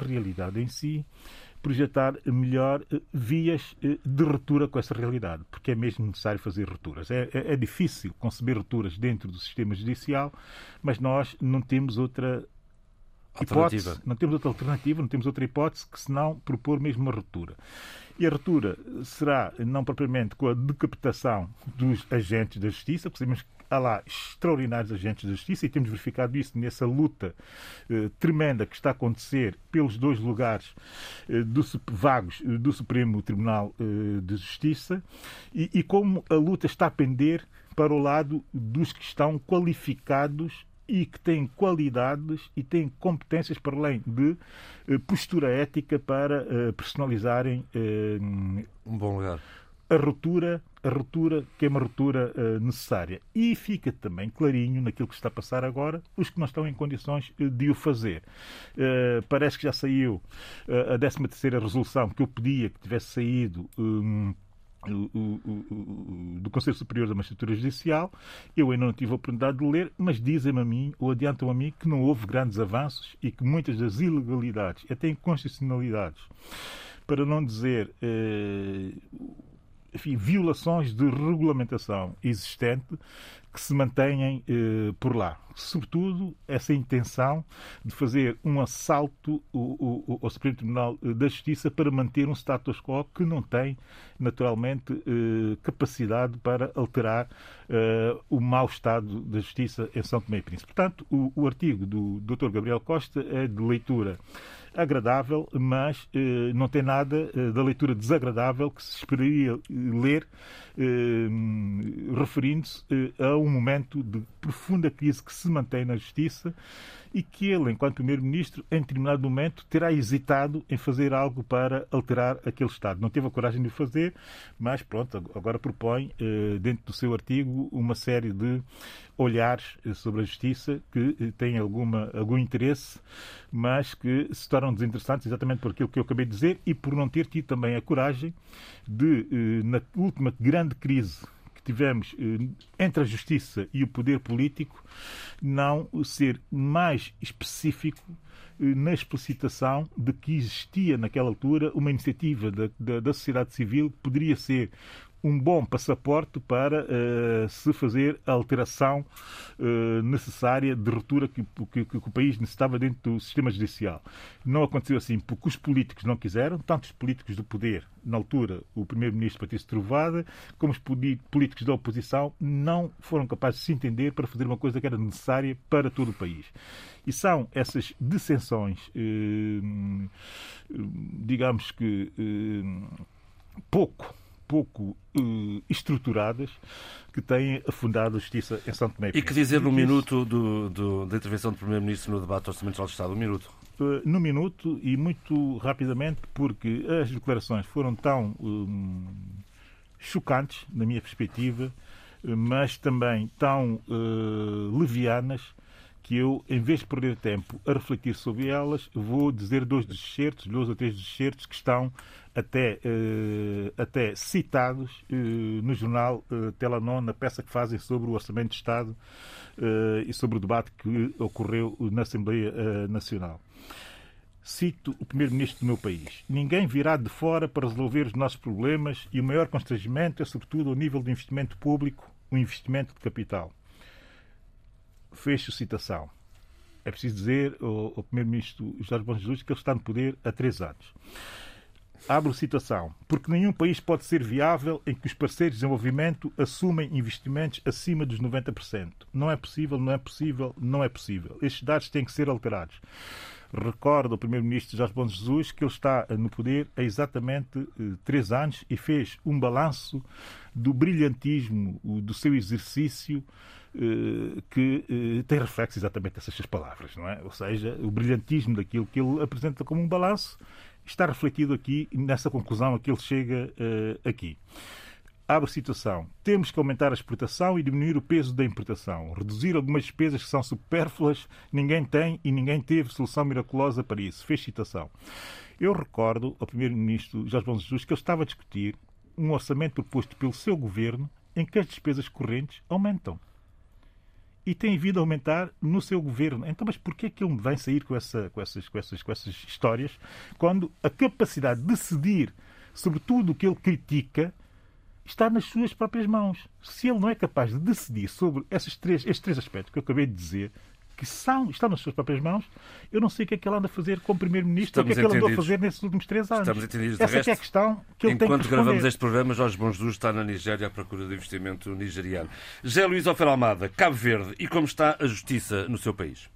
Speaker 6: projetar melhor vias de ruptura com essa realidade, porque é mesmo necessário fazer rupturas. É difícil conceber rupturas dentro do sistema judicial, mas nós não temos outra hipótese, não temos outra alternativa, não temos outra hipótese que senão propor mesmo uma ruptura. E a ruptura será não propriamente com a decapitação dos agentes da justiça, porque sabemos que há lá extraordinários agentes da justiça e temos verificado isso nessa luta tremenda que está a acontecer pelos dois lugares vagos do Supremo Tribunal de Justiça e como a luta está a pender para o lado dos que estão qualificados e que têm qualidades e têm competências para além de postura ética para personalizarem
Speaker 2: um bom lugar.
Speaker 6: A ruptura que é uma ruptura necessária. E fica também clarinho naquilo que está a passar agora, os que não estão em condições de o fazer. Parece que já saiu a 13ª resolução que eu pedia que tivesse saído do Conselho Superior da Magistratura Judicial. Eu ainda não tive a oportunidade de ler, mas dizem-me a mim, ou adiantam a mim, que não houve grandes avanços e que muitas das ilegalidades, até inconstitucionalidades, para não dizer violações de regulamentação existente que se mantêm por lá. Sobretudo, essa intenção de fazer um assalto ao Supremo Tribunal da Justiça para manter um status quo que não tem, naturalmente, capacidade para alterar o mau estado da justiça em São Tomé e Príncipe. Portanto, o artigo do Dr. Gabriel Costa é de leitura agradável, mas não tem nada da leitura desagradável que se esperaria ler referindo-se a um momento de profunda crise que se mantém na Justiça e que ele, enquanto Primeiro-Ministro, em determinado momento terá hesitado em fazer algo para alterar aquele Estado. Não teve a coragem de o fazer, mas pronto, agora propõe, dentro do seu artigo, uma série de olhares sobre a Justiça que têm algum interesse, mas que se tornam desinteressantes exatamente por aquilo que eu acabei de dizer e por não ter tido também a coragem de, na última grande crise que tivemos entre a Justiça e o poder político, não ser mais específico na explicitação de que existia naquela altura uma iniciativa da sociedade civil que poderia ser um bom passaporte para se fazer a alteração necessária de ruptura que o país necessitava dentro do sistema judicial. Não aconteceu assim porque os políticos não quiseram, tanto os políticos do poder, na altura o primeiro-ministro Patrício Trovoada, como os políticos da oposição não foram capazes de se entender para fazer uma coisa que era necessária para todo o país. E são essas dissensões, digamos que pouco estruturadas que têm afundado a justiça em São Tomé e Príncipe.
Speaker 2: E que dizer no minuto da intervenção do Primeiro-Ministro no debate orçamental de Estado? Um minuto.
Speaker 6: No minuto e muito rapidamente, porque as declarações foram tão chocantes, na minha perspectiva, mas também tão levianas, que eu, em vez de perder tempo a refletir sobre elas, vou dizer dois ou três excertos que estão até citados no jornal Telanon, na peça que fazem sobre o Orçamento de Estado e sobre o debate que ocorreu na Assembleia Nacional. Cito o primeiro-ministro do meu país: ninguém virá de fora para resolver os nossos problemas e o maior constrangimento é, sobretudo, ao nível de investimento público, o investimento de capital. Fecho citação. É preciso dizer ao primeiro-ministro Jorge Bom Jesus que ele está no poder há 3 anos. Abro citação. Porque nenhum país pode ser viável em que os parceiros de desenvolvimento assumem investimentos acima dos 90%. Não é possível, não é possível, não é possível. Estes dados têm que ser alterados. Recordo ao primeiro-ministro Jorge Bom Jesus que ele está no poder há exatamente 3 anos e fez um balanço do brilhantismo do seu exercício que tem reflexo exatamente essas suas palavras, não é? Ou seja, o brilhantismo daquilo que ele apresenta como um balanço está refletido aqui nessa conclusão a que ele chega aqui. Abre a situação. Temos que aumentar a exportação e diminuir o peso da importação. Reduzir algumas despesas que são supérfluas. Ninguém tem e ninguém teve solução miraculosa para isso. Fez citação. Eu recordo ao primeiro-ministro Jorge Bom Jesus que ele estava a discutir um orçamento proposto pelo seu governo em que as despesas correntes aumentam. E tem vindo a aumentar no seu governo. Então, mas porquê é que ele vem sair com essas histórias quando a capacidade de decidir sobre tudo o que ele critica está nas suas próprias mãos? Se ele não é capaz de decidir sobre estes três aspectos que eu acabei de dizer, que estão nas suas próprias mãos, eu não sei o que é que ele anda a fazer como primeiro-ministro, o que é que ele andou a fazer nesses últimos 3 anos.
Speaker 2: Estamos entendidos.
Speaker 6: Essa é a questão que ele tem que responder.
Speaker 2: Enquanto gravamos este programa, Jorge Bom Jesus está na Nigéria à procura de investimento nigeriano. José Luís Alfeira Almada, Cabo Verde, e como está a justiça no seu país?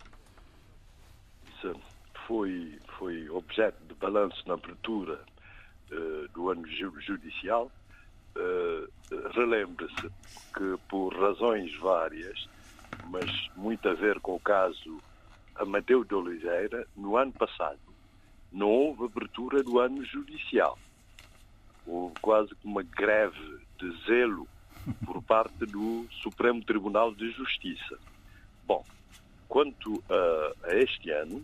Speaker 7: Foi objeto de balanço na abertura do ano judicial. Relembra-se que, por razões várias, mas muito a ver com o caso Amadeu de Oliveira, no ano passado não houve abertura do ano judicial. Houve quase uma greve de zelo por parte do Supremo Tribunal de Justiça. Bom, quanto a este ano,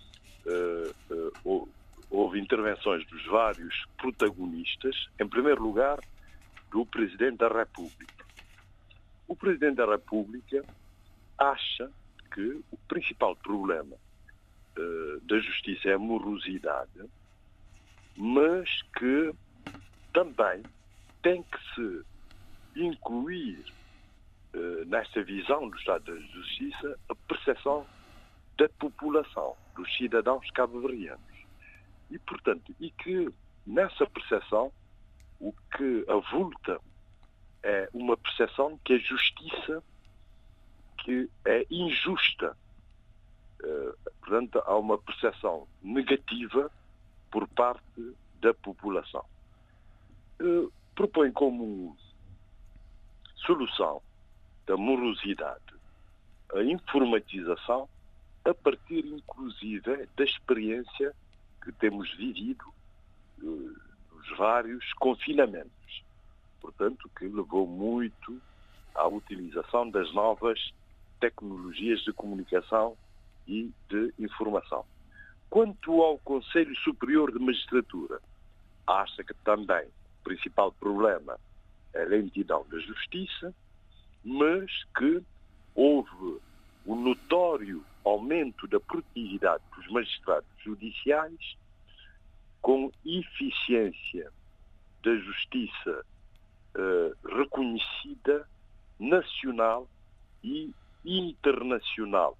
Speaker 7: houve intervenções dos vários protagonistas, em primeiro lugar, do Presidente da República. O Presidente da República acha que o principal problema da justiça é a morosidade, mas que também tem que se incluir nesta visão do Estado da Justiça a percepção da população, dos cidadãos cabo-verdianos. E, portanto, que nessa percepção o que avulta é uma percepção de que a justiça que é injusta. Portanto, há uma percepção negativa por parte da população. Propõe como solução da morosidade a informatização a partir, inclusive, da experiência que temos vivido nos vários confinamentos. Portanto, que levou muito à utilização das novas tecnologias de comunicação e de informação. Quanto ao Conselho Superior de Magistratura, acha que também o principal problema é a lentidão da justiça, mas que houve um notório aumento da produtividade dos magistrados judiciais, com eficiência da justiça reconhecida nacional e internacionalmente,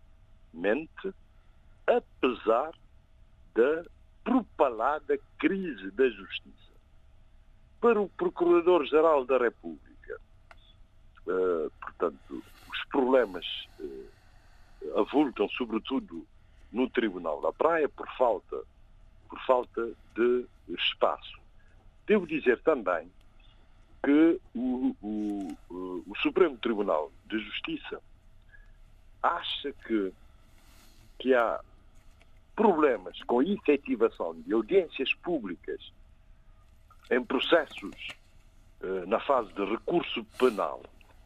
Speaker 7: apesar da propalada crise da justiça. Para o Procurador-Geral da República, portanto, os problemas avultam sobretudo no Tribunal da Praia por falta de espaço. Devo dizer também que o Supremo Tribunal de Justiça acha que há problemas com a efetivação de audiências públicas em processos na fase de recurso penal,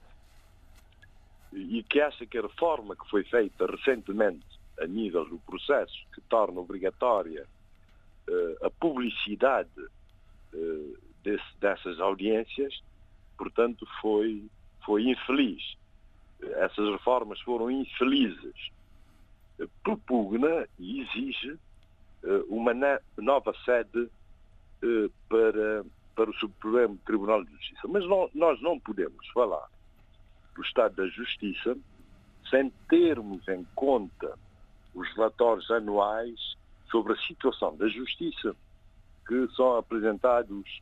Speaker 7: e que acha que a reforma que foi feita recentemente a nível do processo, que torna obrigatória a publicidade dessas audiências, portanto, foi infeliz. Essas reformas foram infelizes. Propugna e exige uma nova sede para o Supremo Tribunal de Justiça. Mas nós não podemos falar do Estado da Justiça sem termos em conta os relatórios anuais sobre a situação da Justiça que são apresentados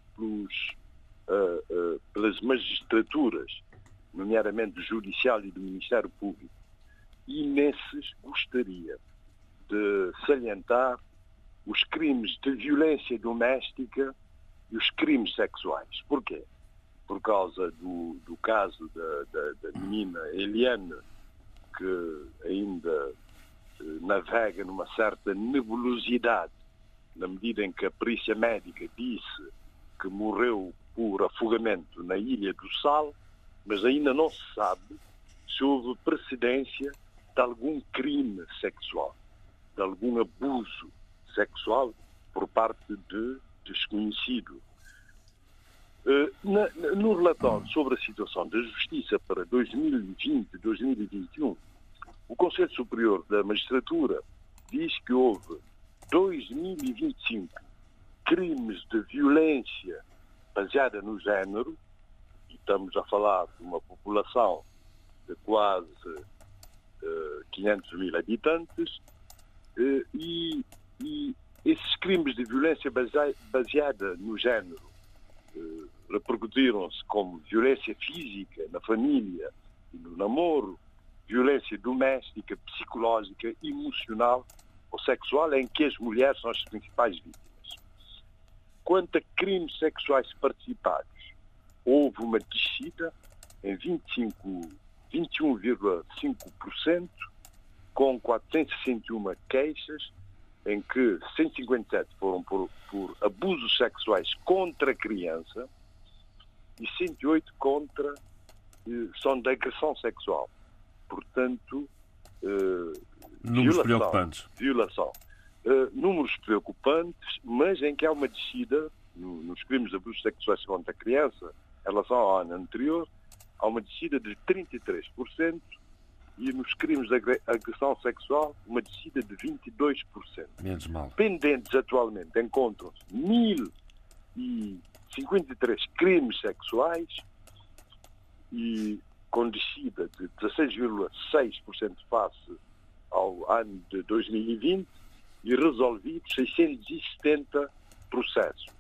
Speaker 7: pelas magistraturas, nomeadamente do Judicial e do Ministério Público. E nesses gostaria de salientar os crimes de violência doméstica e os crimes sexuais. Porquê? Por causa do caso da menina Eliane, que ainda navega numa certa nebulosidade, na medida em que a perícia médica disse que morreu por afogamento na Ilha do Sal, mas ainda não se sabe se houve precedência de algum crime sexual, de algum abuso sexual por parte de desconhecido. No relatório sobre a situação da Justiça para 2020-2021, o Conselho Superior da Magistratura diz que houve 2.025 crimes de violência baseada no género, e estamos a falar de uma população de quase 500 mil habitantes, e esses crimes de violência baseada no género repercutiram-se como violência física na família e no namoro, violência doméstica, psicológica, emocional ou sexual, em que as mulheres são as principais vítimas. Quanto a crimes sexuais participados, houve uma descida em 21,5%, com 461 queixas, em que 157 foram por abusos sexuais contra a criança e 108 são de agressão sexual. Portanto,
Speaker 2: números preocupantes.
Speaker 7: Violação. Números preocupantes, mas em que há uma descida nos crimes de abusos sexuais contra a criança, em relação ao ano anterior, há uma descida de 33%, e nos crimes de agressão sexual, uma descida de 22%.
Speaker 2: Menos mal.
Speaker 7: Pendentes atualmente encontram-se 1.053 crimes sexuais, e com descida de 16,6% face ao ano de 2020, e resolvidos 670 processos.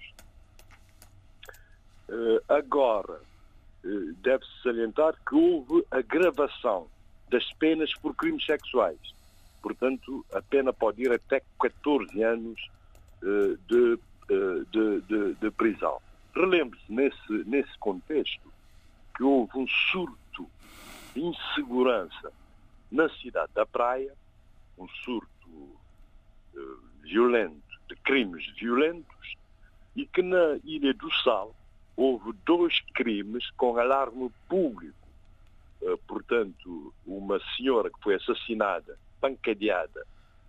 Speaker 7: Agora, deve-se salientar que houve agravação das penas por crimes sexuais. Portanto, a pena pode ir até 14 anos de prisão. Relembre-se, nesse contexto, que houve um surto de insegurança na cidade da Praia, um surto violento, de crimes violentos, e que na Ilha do Sal houve 2 crimes com alarme público. Portanto, uma senhora que foi assassinada, pancadeada,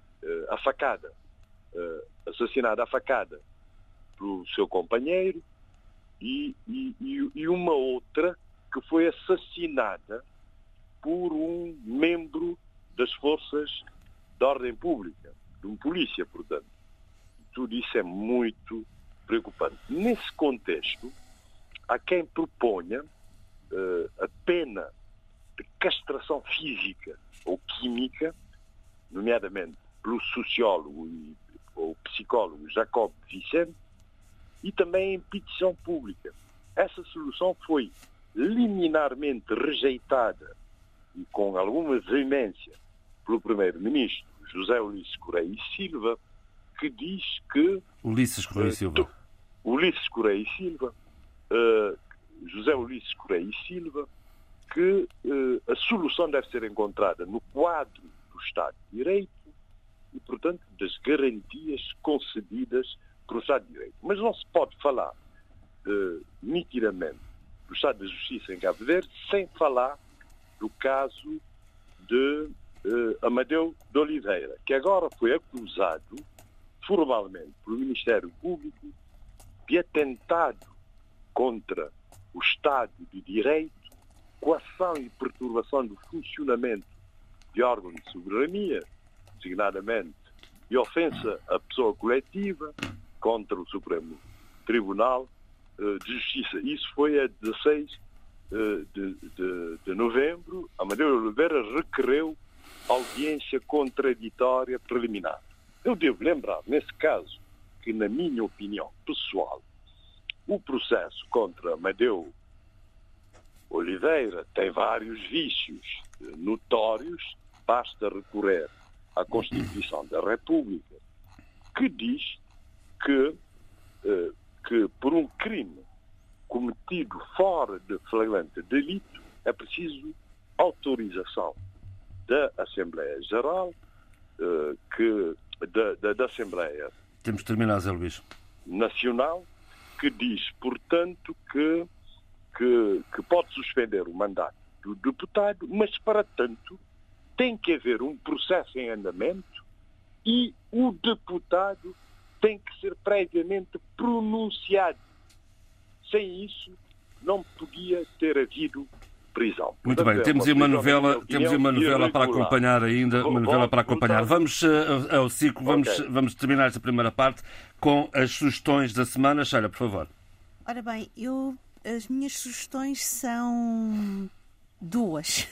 Speaker 7: assassinada à facada pelo seu companheiro, e uma outra que foi assassinada por um membro das forças de ordem pública, de um polícia, portanto. Tudo isso é muito preocupante. Nesse contexto, há quem proponha a pena de castração física ou química, nomeadamente pelo sociólogo ou psicólogo Jacob Vicente, e também em petição pública. Essa solução foi liminarmente rejeitada, e com alguma veemência, pelo primeiro-ministro José Ulisses Correia e Silva, que diz que... José Ulisses Correia e Silva, que a solução deve ser encontrada no quadro do Estado de Direito e, portanto, das garantias concedidas pelo Estado de Direito. Mas não se pode falar nitidamente do Estado da Justiça em Cabo Verde sem falar do caso de Amadeu de Oliveira, que agora foi acusado formalmente pelo Ministério Público de atentado contra o Estado de Direito, coação e perturbação do funcionamento de órgãos de soberania, designadamente de ofensa à pessoa coletiva contra o Supremo Tribunal de Justiça. Isso foi a 16 de novembro. Amadeu Oliveira requereu audiência contraditória preliminar. Eu devo lembrar, nesse caso, que, na minha opinião pessoal, o processo contra Amadeu Oliveira tem vários vícios notórios. Basta recorrer à Constituição da República, que diz que por um crime cometido fora de flagrante delito é preciso autorização da Assembleia Geral, da Assembleia
Speaker 2: Temos de terminar, Zé Luís.
Speaker 7: Nacional, que diz, portanto, que pode suspender o mandato do deputado, mas, para tanto, tem que haver um processo em andamento e o deputado tem que ser previamente pronunciado. Sem isso, não podia ter havido prisão.
Speaker 2: Muito bem, temos aí uma novela para acompanhar ainda, uma novela para acompanhar. Vamos ao ciclo, vamos terminar esta primeira parte com as sugestões da semana. Sheila, por favor.
Speaker 4: Ora bem, as minhas sugestões são duas.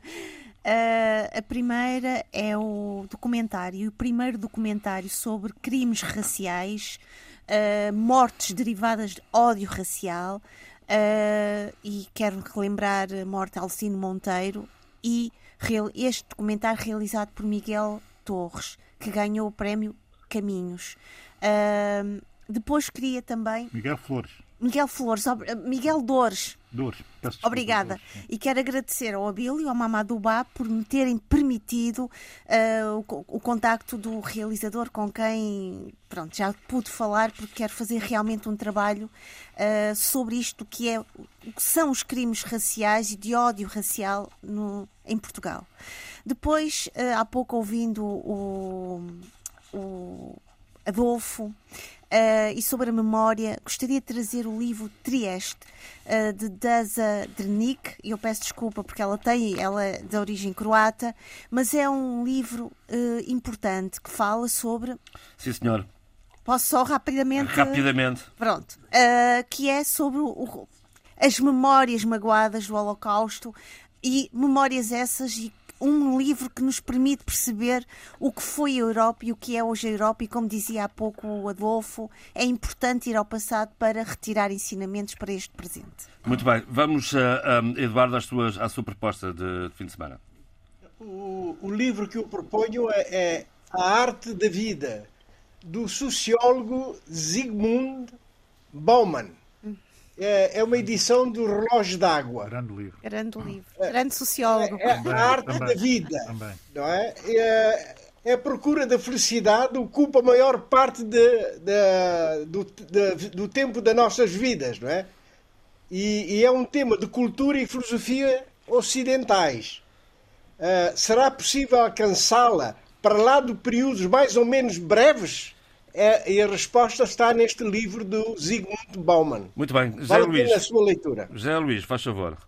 Speaker 4: A primeira é o primeiro documentário sobre crimes raciais, mortes derivadas de ódio racial, e quero relembrar a morte de Alcino Monteiro, e este documentário realizado por Miguel Torres, que ganhou o prémio Caminhos. Depois queria também... Miguel Dores. Obrigada. E quero agradecer ao Abílio e ao Mamadou Ba por me terem permitido o contacto do realizador, com quem já pude falar, porque quero fazer realmente um trabalho sobre isto, o que são os crimes raciais e de ódio racial em Portugal. Depois, há pouco ouvindo o Adolfo, e sobre a memória, gostaria de trazer o livro Trieste, de Daza Drnic. Eu peço desculpa porque ela é de origem croata, mas é um livro importante que fala sobre...
Speaker 2: Sim, senhor.
Speaker 4: Posso só rapidamente?
Speaker 2: Rapidamente.
Speaker 4: Pronto. Que é sobre as memórias magoadas do Holocausto, e memórias essas, e um livro que nos permite perceber o que foi a Europa e o que é hoje a Europa, e, como dizia há pouco o Adolfo, é importante ir ao passado para retirar ensinamentos para este presente.
Speaker 2: Muito bem. Vamos, Eduardo, à sua proposta de fim de semana.
Speaker 5: O livro que eu proponho é A Arte da Vida, do sociólogo Zygmunt Bauman. É uma edição do Relógio d'Água.
Speaker 6: Grande livro.
Speaker 4: Grande sociólogo.
Speaker 5: A arte da vida. Também. Não é? A procura da felicidade ocupa a maior parte do tempo das nossas vidas, não é? E é um tema de cultura e filosofia ocidentais. Será possível alcançá-la para lá de períodos mais ou menos breves? E a resposta está neste livro do Zygmunt Bauman.
Speaker 2: Muito bem.
Speaker 5: Vale a pena a sua leitura.
Speaker 2: José Luís, faz favor.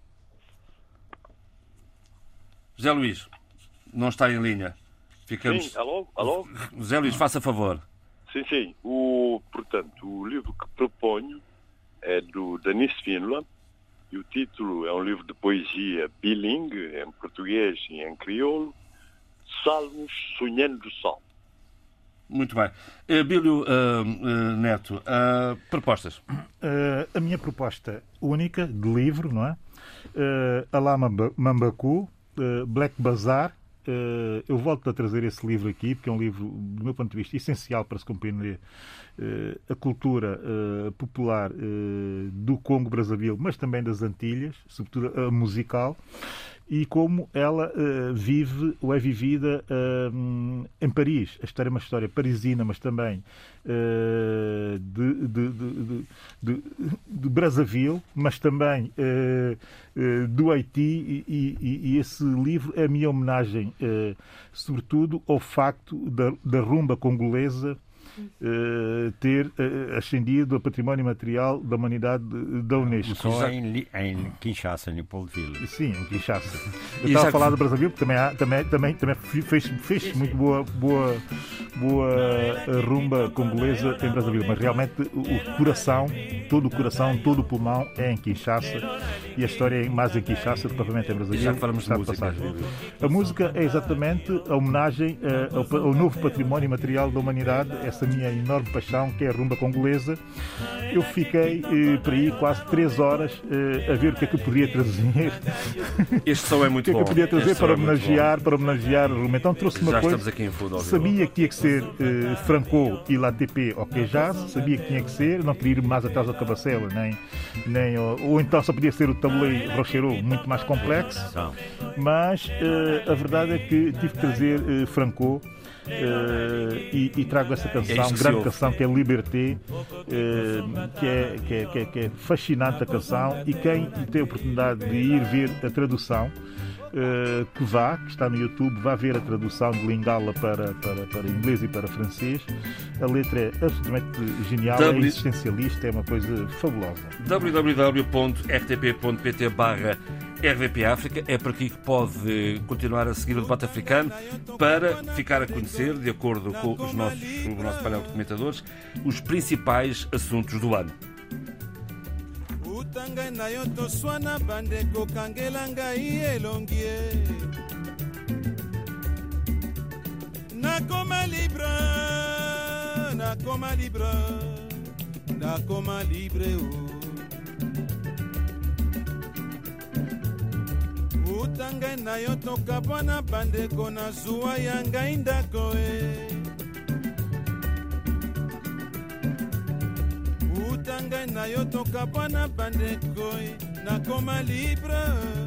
Speaker 2: José Luís, não está em linha.
Speaker 7: Sim, alô?
Speaker 2: José Luís, faça favor.
Speaker 7: Sim. Portanto, o livro que proponho é do Denis Finla, e o título é um livro de poesia bilingue, em português e em crioulo, Salmos Sonhando do Sol.
Speaker 2: Muito bem. Bílio Neto, propostas?
Speaker 6: A minha proposta única, de livro, não é? Alá Mambacu, Black Bazaar. Eu volto a trazer esse livro aqui, porque é um livro, do meu ponto de vista, essencial para se compreender a cultura popular do Congo-Brazzaville, mas também das Antilhas, sobretudo a musical, e como ela vive ou é vivida em Paris. A história é uma história parisina, mas também de Brazzaville, mas também do Haiti, e esse livro é a minha homenagem, sobretudo, ao facto da rumba congolesa ter ascendido ao património material da humanidade da Unesco.
Speaker 3: Só em Kinshasa, em Leopoldville.
Speaker 6: Sim, em Kinshasa. Eu estava a falar do Brazzaville, porque também fez muito boa rumba congolesa em Brazzaville, mas realmente o coração, todo o pulmão é em Kinshasa, e a história é mais em Kinshasa do que propriamente em Brazzaville.
Speaker 2: Já falamos de música.
Speaker 6: A música é exatamente a homenagem ao novo património material da humanidade, essa minha enorme paixão, que é a rumba congolesa. Eu fiquei por aí quase 3 horas a ver o que é que eu podia trazer.
Speaker 2: Este som é muito bom.
Speaker 6: O que é que eu podia trazer para homenagear a rumba. Então trouxe uma coisa.
Speaker 2: Estamos aqui em Fundo ao Vivo.
Speaker 6: Sabia que tinha que ser Franco e l'ATP ou Quejas, sabia que tinha que ser, não queria ir mais atrás da Cabacela, ou então só podia ser o tabuleiro Rochereau, muito mais complexo, mas a verdade é que tive que trazer Franco. E trago essa canção, grande canção, que é Liberté, que é fascinante a canção, e quem tem a oportunidade de ir ver a tradução, que está no YouTube, vá ver a tradução de Lingala para inglês e para francês. A letra é absolutamente genial, é existencialista, é uma coisa fabulosa.
Speaker 2: www.rtp.pt/RDP África é por aqui que pode continuar a seguir o debate africano para ficar a conhecer, de acordo com o nosso painel de comentadores, os principais assuntos do ano.
Speaker 8: Tanga na yo toswana bandeko kangela ngai elongie nakoma libre utanga na yo tokabwana bandeko na zuwa ya ngai ndako utanga na yo tokabwana bandeko nakoma libre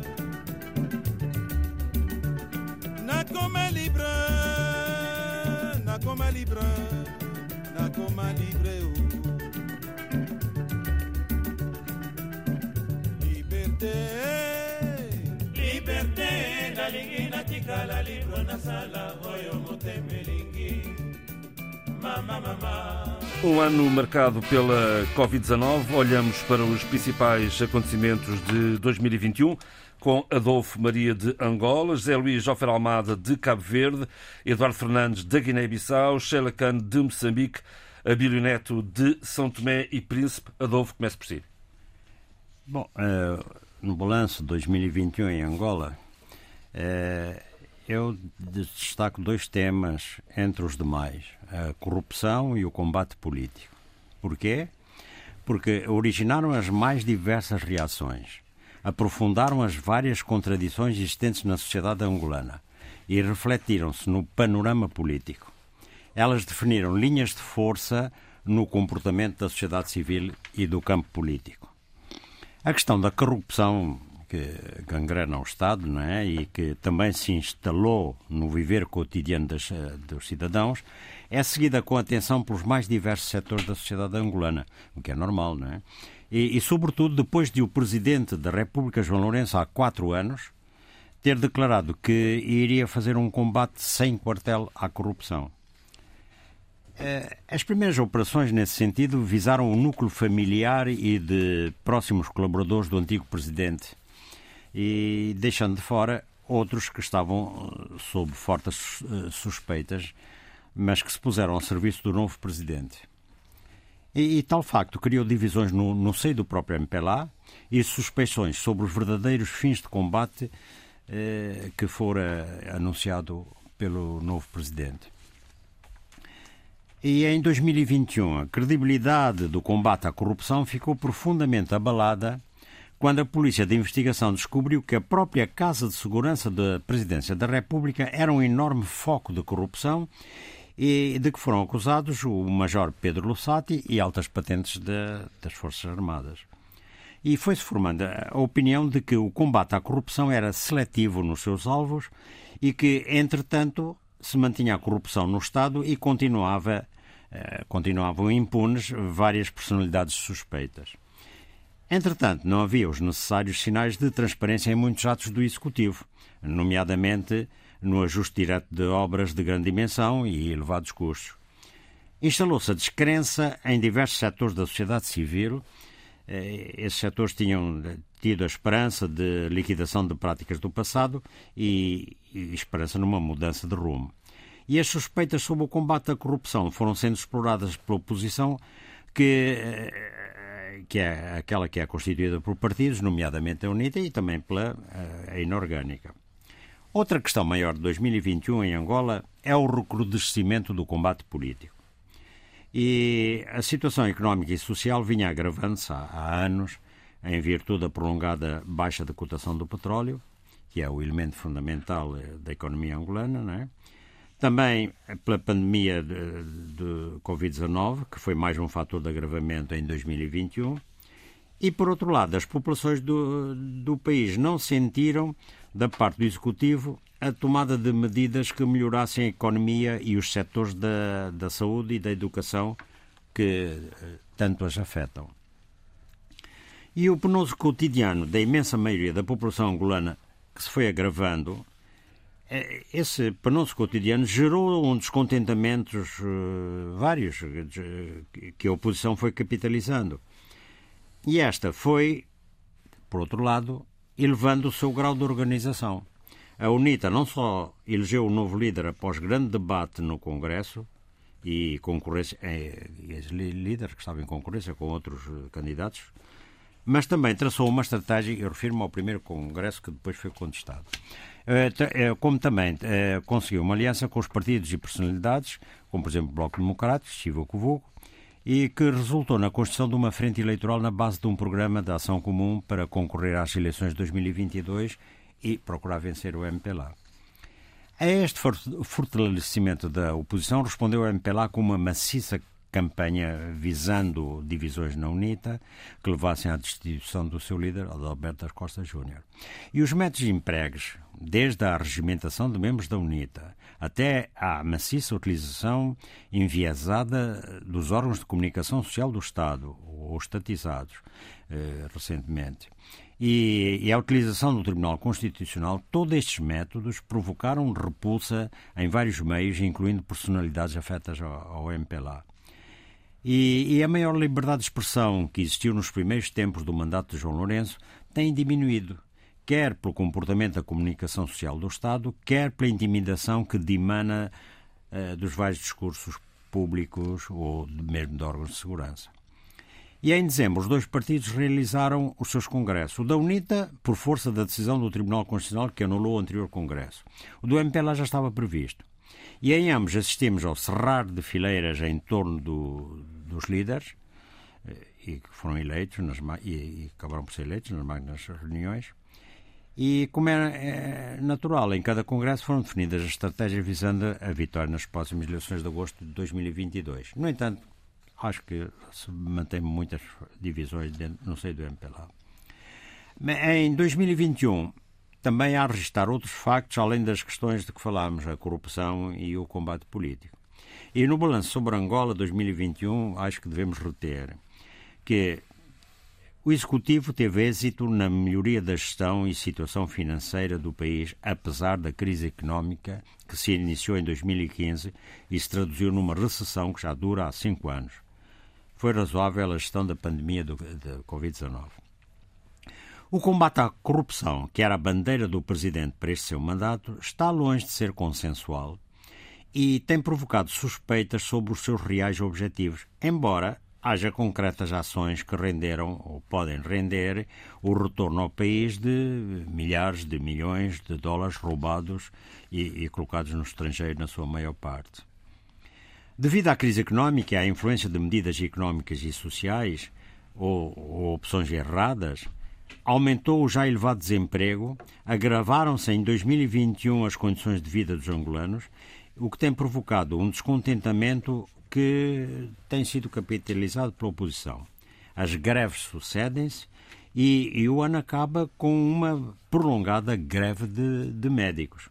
Speaker 8: liberté nalingi natikala libre nasala oyo motema elingi mama.
Speaker 2: Um ano marcado pela Covid-19, olhamos para os principais acontecimentos de 2021 com Adolfo Maria de Angola, José Luís Jofer Almada de Cabo Verde, Eduardo Fernandes da Guiné-Bissau, Sheila Khan de Moçambique, Abílio Neto de São Tomé e Príncipe. Adolfo, comece por si.
Speaker 3: Bom, no balanço de 2021 em Angola, eu destaco 2 temas entre os demais: a corrupção e o combate político. Porquê? Porque originaram as mais diversas reações, aprofundaram as várias contradições existentes na sociedade angolana e refletiram-se no panorama político. Elas definiram linhas de força no comportamento da sociedade civil e do campo político. A questão da corrupção, que gangrena o Estado, não é? E que também se instalou no viver cotidiano dos cidadãos, é seguida com atenção pelos mais diversos setores da sociedade angolana, o que é normal, não é? E sobretudo, depois de o Presidente da República, João Lourenço, há 4 anos, ter declarado que iria fazer um combate sem quartel à corrupção. As primeiras operações nesse sentido visaram o núcleo familiar e de próximos colaboradores do antigo Presidente, e deixando de fora outros que estavam sob fortes suspeitas, mas que se puseram ao serviço do novo Presidente. E tal facto criou divisões no seio do próprio MPLA e suspeições sobre os verdadeiros fins de combate que fora anunciado pelo novo Presidente. E em 2021, a credibilidade do combate à corrupção ficou profundamente abalada quando a Polícia de Investigação descobriu que a própria Casa de Segurança da Presidência da República era um enorme foco de corrupção e de que foram acusados o Major Pedro Lussati e altas patentes das Forças Armadas. E foi-se formando a opinião de que o combate à corrupção era seletivo nos seus alvos e que, entretanto, se mantinha a corrupção no Estado e continuavam impunes várias personalidades suspeitas. Entretanto, não havia os necessários sinais de transparência em muitos atos do Executivo, nomeadamente no ajuste direto de obras de grande dimensão e elevados custos. instalou-se a descrença em diversos setores da sociedade civil. Esses setores tinham tido a esperança de liquidação de práticas do passado e esperança numa mudança de rumo. E as suspeitas sobre o combate à corrupção foram sendo exploradas pela oposição, que é aquela que é constituída por partidos, nomeadamente a UNITA, e também pela inorgânica. Outra questão maior de 2021 em Angola é o recrudescimento do combate político. E a situação económica e social vinha agravando-se há anos, em virtude da prolongada baixa da cotação do petróleo, que é o elemento fundamental da economia angolana, não é? Também pela pandemia de Covid-19, que foi mais um fator de agravamento em 2021. E, por outro lado, as populações do país não sentiram, da parte do Executivo, a tomada de medidas que melhorassem a economia e os setores da saúde e da educação que tanto as afetam. E o penoso cotidiano da imensa maioria da população angolana, que se foi agravando, esse penoso cotidiano gerou um descontentamento vários que a oposição foi capitalizando. E esta foi, por outro lado, elevando o seu grau de organização. A UNITA não só elegeu o novo líder após grande debate no Congresso e concorrência, líder que estava em concorrência com outros candidatos, mas também traçou uma estratégia, eu refiro-me ao primeiro Congresso que depois foi contestado, como também conseguiu uma aliança com os partidos e personalidades, como por exemplo o Bloco Democrático, Chivucovuco, e que resultou na construção de uma frente eleitoral na base de um programa de ação comum para concorrer às eleições de 2022 e procurar vencer o MPLA. A este fortalecimento da oposição respondeu o MPLA com uma maciça campanha visando divisões na UNITA que levassem à destituição do seu líder, Adalberto das Costa Júnior. E os métodos empregos, desde a regimentação de membros da UNITA até à maciça utilização enviesada dos órgãos de comunicação social do Estado, ou estatizados recentemente, e a utilização do Tribunal Constitucional, todos estes métodos provocaram repulsa em vários meios, incluindo personalidades afetas ao MPLA. E a maior liberdade de expressão que existiu nos primeiros tempos do mandato de João Lourenço tem diminuído, quer pelo comportamento da comunicação social do Estado, quer pela intimidação que dimana dos vários discursos públicos ou mesmo de órgãos de segurança. E em dezembro, os dois partidos realizaram os seus congressos. O da UNITA, por força da decisão do Tribunal Constitucional, que anulou o anterior congresso. O do MPLA já estava previsto. E em ambos assistimos ao cerrar de fileiras em torno dos líderes, e que foram eleitos e acabaram por ser eleitos nas magnas reuniões. E, como é natural, em cada congresso foram definidas as estratégias visando a vitória nas próximas eleições de agosto de 2022. No entanto, acho que se mantém muitas divisões no seio do MPLA. Em 2021, também há a registrar outros factos, além das questões de que falámos, a corrupção e o combate político. E no balanço sobre Angola 2021, acho que devemos reter que o Executivo teve êxito na melhoria da gestão e situação financeira do país, apesar da crise económica que se iniciou em 2015 e se traduziu numa recessão que já dura há 5 anos. Foi razoável a gestão da pandemia da Covid-19. O combate à corrupção, que era a bandeira do Presidente para este seu mandato, está longe de ser consensual e tem provocado suspeitas sobre os seus reais objetivos, embora haja concretas ações que renderam ou podem render o retorno ao país de milhares de milhões de dólares roubados e colocados no estrangeiro, na sua maior parte. Devido à crise económica e à influência de medidas económicas e sociais ou opções erradas, aumentou o já elevado desemprego, agravaram-se em 2021 as condições de vida dos angolanos, o que tem provocado um descontentamento que tem sido capitalizado pela oposição. As greves sucedem-se e o ano acaba com uma prolongada greve de médicos.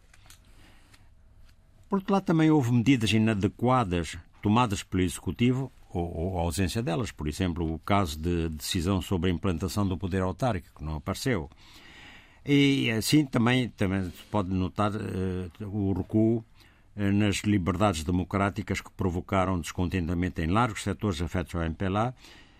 Speaker 3: Por outro lado, também houve medidas inadequadas tomadas pelo Executivo ou a ausência delas. Por exemplo, o caso de decisão sobre a implantação do poder autárquico, que não apareceu. E assim também se pode notar o recuo nas liberdades democráticas que provocaram descontentamento em largos setores afetos ao MPLA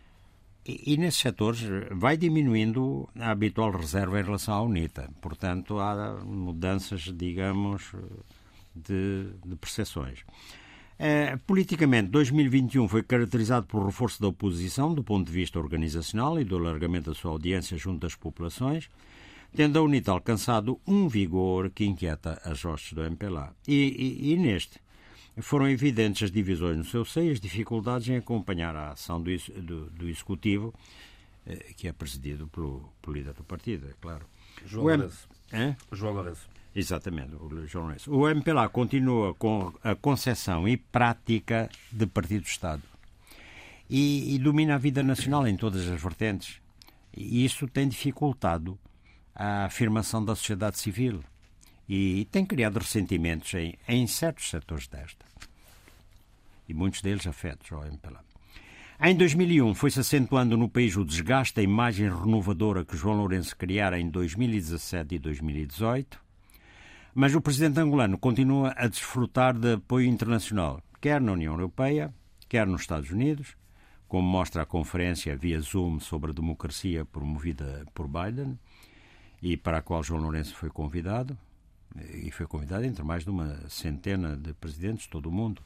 Speaker 3: e nesses setores vai diminuindo a habitual reserva em relação à UNITA. Portanto, há mudanças, digamos, de percepções. Politicamente, 2021 foi caracterizado pelo reforço da oposição do ponto de vista organizacional e do alargamento da sua audiência junto das populações, tendo a UNITA alcançado um vigor que inquieta as hostes do MPLA. E neste foram evidentes as divisões no seu seio e as dificuldades em acompanhar a ação do Executivo, que é presidido pelo líder do partido, é claro.
Speaker 2: João Lourenço.
Speaker 3: Exatamente, o João Lourenço. O MPLA continua com a concepção e prática de partido-Estado e domina a vida nacional em todas as vertentes. E isso tem dificultado a afirmação da sociedade civil e tem criado ressentimentos em certos setores desta. E muitos deles afetos ao MPLA. Em 2001 foi-se acentuando no país o desgaste da imagem renovadora que João Lourenço criara em 2017 e 2018, mas o presidente angolano continua a desfrutar de apoio internacional, quer na União Europeia, quer nos Estados Unidos, como mostra a conferência via Zoom sobre a democracia promovida por Biden e para a qual João Lourenço foi convidado, e foi convidado entre mais de uma centena de presidentes de todo o mundo.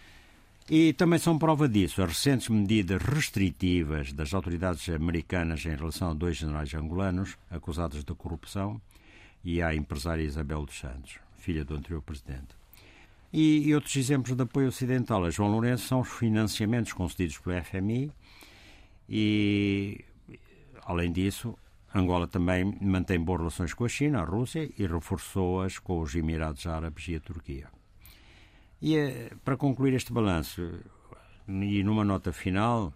Speaker 3: E também são prova disso as recentes medidas restritivas das autoridades americanas em relação a 2 generais angolanos acusados de corrupção e à empresária Isabel dos Santos, filha do anterior presidente. E outros exemplos de apoio ocidental a João Lourenço são os financiamentos concedidos pelo FMI e, além disso, Angola também mantém boas relações com a China, a Rússia e reforçou-as com os Emirados Árabes e a Turquia. E para concluir este balanço, e numa nota final,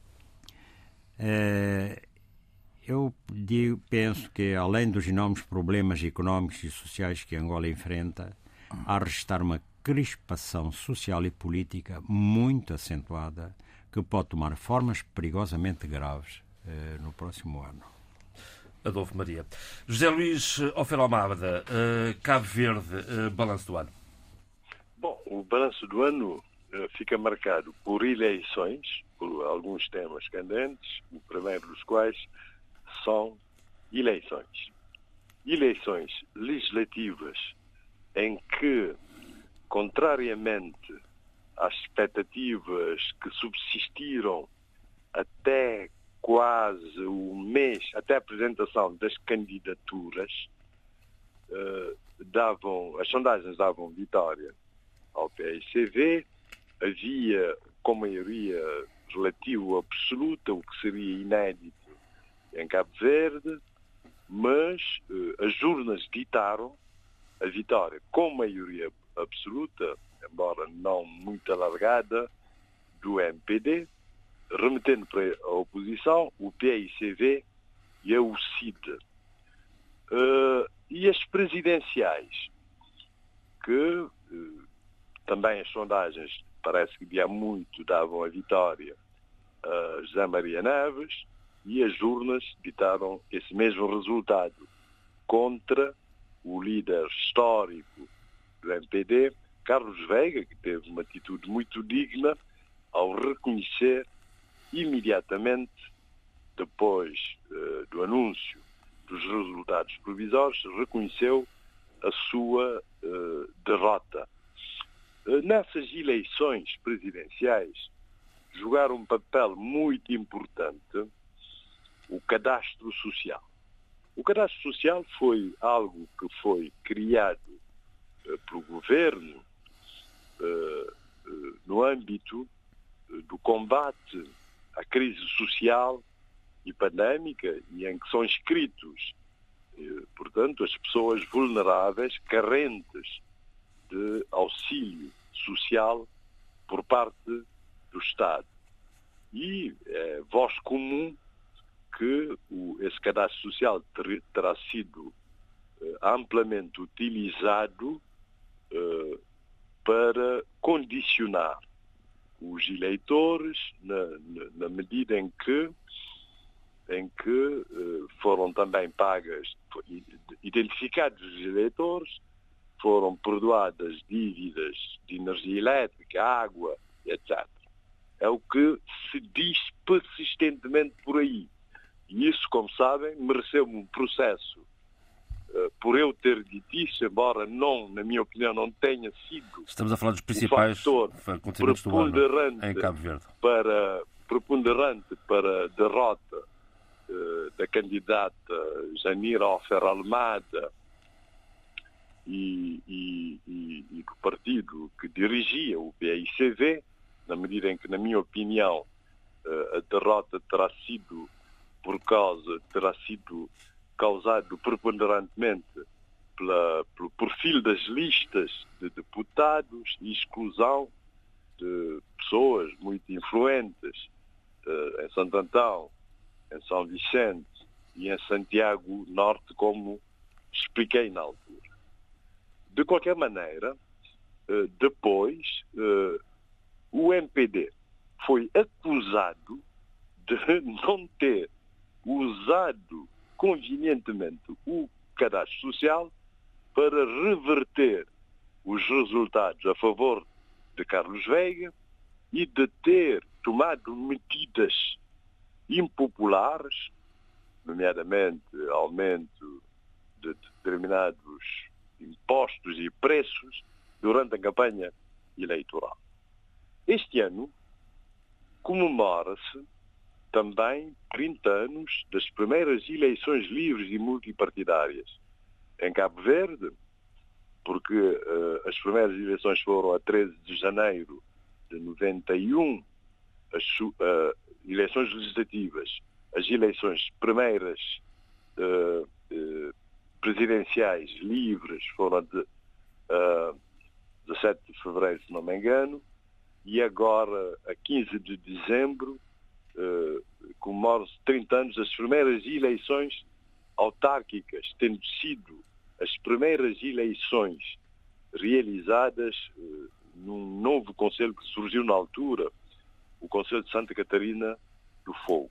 Speaker 3: eu penso que, além dos enormes problemas económicos e sociais que Angola enfrenta, há a registrar uma crispação social e política muito acentuada que pode tomar formas perigosamente graves no próximo ano.
Speaker 2: Adolfo Maria. José Luís Ofelomada, Cabo Verde, balanço do ano.
Speaker 7: Bom, o balanço do ano fica marcado por eleições, por alguns temas candentes, o primeiro dos quais são eleições. Eleições legislativas em que, contrariamente às expectativas que subsistiram até quase um mês, até a apresentação das candidaturas, as sondagens davam vitória ao PICV, havia com maioria relativa absoluta, o que seria inédito em Cabo Verde, mas as urnas ditaram a vitória com maioria absoluta, embora não muito alargada, do MPD, remetendo para a oposição o PICV e a UCID. E as presidenciais, que também as sondagens, parece que de há muito davam a vitória a José Maria Neves, e as urnas ditaram esse mesmo resultado contra o líder histórico do MPD, Carlos Veiga, que teve uma atitude muito digna ao reconhecer imediatamente, depois do anúncio dos resultados provisórios, reconheceu a sua derrota. Nessas eleições presidenciais, jogaram um papel muito importante o cadastro social. O cadastro social foi algo que foi criado pelo governo no âmbito do combate à crise social e pandémica, e em que são inscritos, portanto, as pessoas vulneráveis, carentes de auxílio social por parte do Estado. E é voz comum que esse cadastro social terá sido amplamente utilizado para condicionar os eleitores na medida em que foram também identificados os eleitores, foram perdoadas dívidas de energia elétrica, água, etc. É o que se diz persistentemente por aí. E isso, como sabem, mereceu um processo por eu ter dito isso, embora não, na minha opinião, não tenha sido.
Speaker 2: Estamos a falar dos principais acontecimentos do ano em Cabo Verde.
Speaker 7: Preponderante para a derrota da candidata Janira Ofer Almada e do partido que dirigia, o PAICV, na medida em que, na minha opinião, a derrota terá sido causado preponderantemente pelo perfil das listas de deputados e exclusão de pessoas muito influentes em Santo Antão, em São Vicente e em Santiago Norte, como expliquei na altura. De qualquer maneira, depois, o MPD foi acusado de não ter usado convenientemente o cadastro social para reverter os resultados a favor de Carlos Veiga e de ter tomado medidas impopulares, nomeadamente aumento de determinados impostos e preços durante a campanha eleitoral. Este ano comemora-se também 30 anos das primeiras eleições livres e multipartidárias em Cabo Verde, porque as primeiras eleições foram a 13 de janeiro de 91, as eleições legislativas, as eleições primeiras presidenciais livres foram de 17 de fevereiro, se não me engano, e agora, a 15 de dezembro, comemoram-se 30 anos das primeiras eleições autárquicas, tendo sido as primeiras eleições realizadas num novo concelho que surgiu na altura, o Concelho de Santa Catarina do Fogo.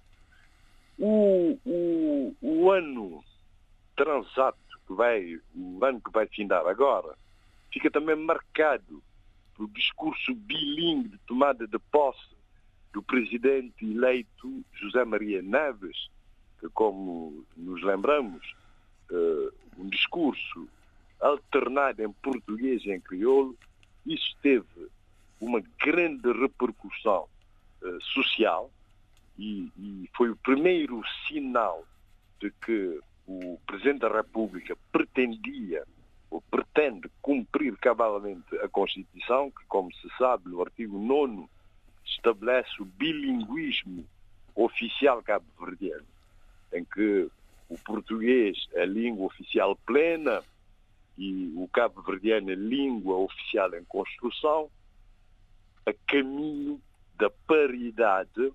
Speaker 7: O ano transato o ano que vai findar agora, fica também marcado pelo discurso bilingue de tomada de posse do presidente eleito José Maria Neves, que, como nos lembramos, um discurso alternado em português e em crioulo. Isso teve uma grande repercussão social e foi o primeiro sinal de que o Presidente da República pretendia ou pretende cumprir cabalmente a Constituição, que, como se sabe, no artigo 9 estabelece o bilinguismo oficial cabo-verdiano, em que o português é a língua oficial plena e o cabo-verdiano é a língua oficial em construção, a caminho da paridade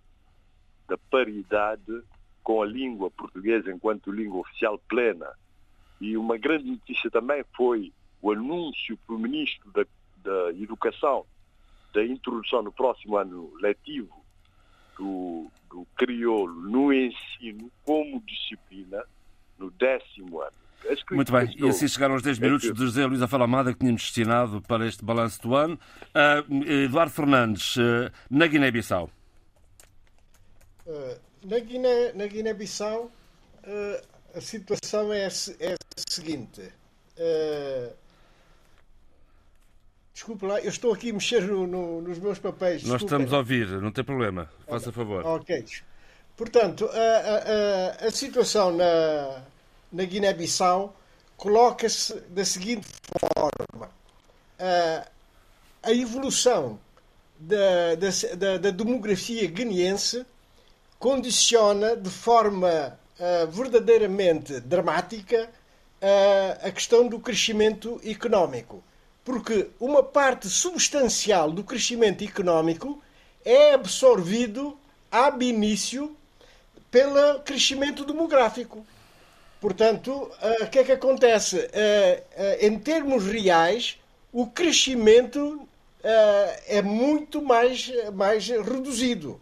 Speaker 7: com a língua portuguesa enquanto língua oficial plena. E uma grande notícia também foi o anúncio pelo Ministro da Educação da introdução no próximo ano letivo do crioulo no ensino como disciplina no 10º ano.
Speaker 2: Muito bem, e assim chegaram os 10 minutos de José Luís Afara Almada que tínhamos destinado para este balanço do ano. Eduardo Fernandes, na Guiné-Bissau.
Speaker 5: Na Guiné-Bissau a situação é a seguinte. Desculpe lá, eu estou aqui a mexer nos meus papéis.
Speaker 2: Nós estamos a ouvir, não tem problema. Faça favor.
Speaker 5: Ok. Portanto, a situação na Guiné-Bissau coloca-se da seguinte forma. A evolução da demografia guineense condiciona de forma verdadeiramente dramática a questão do crescimento económico. Porque uma parte substancial do crescimento económico é absorvido ab início pelo crescimento demográfico. Portanto, o que é que acontece? Em termos reais, o crescimento é muito mais reduzido.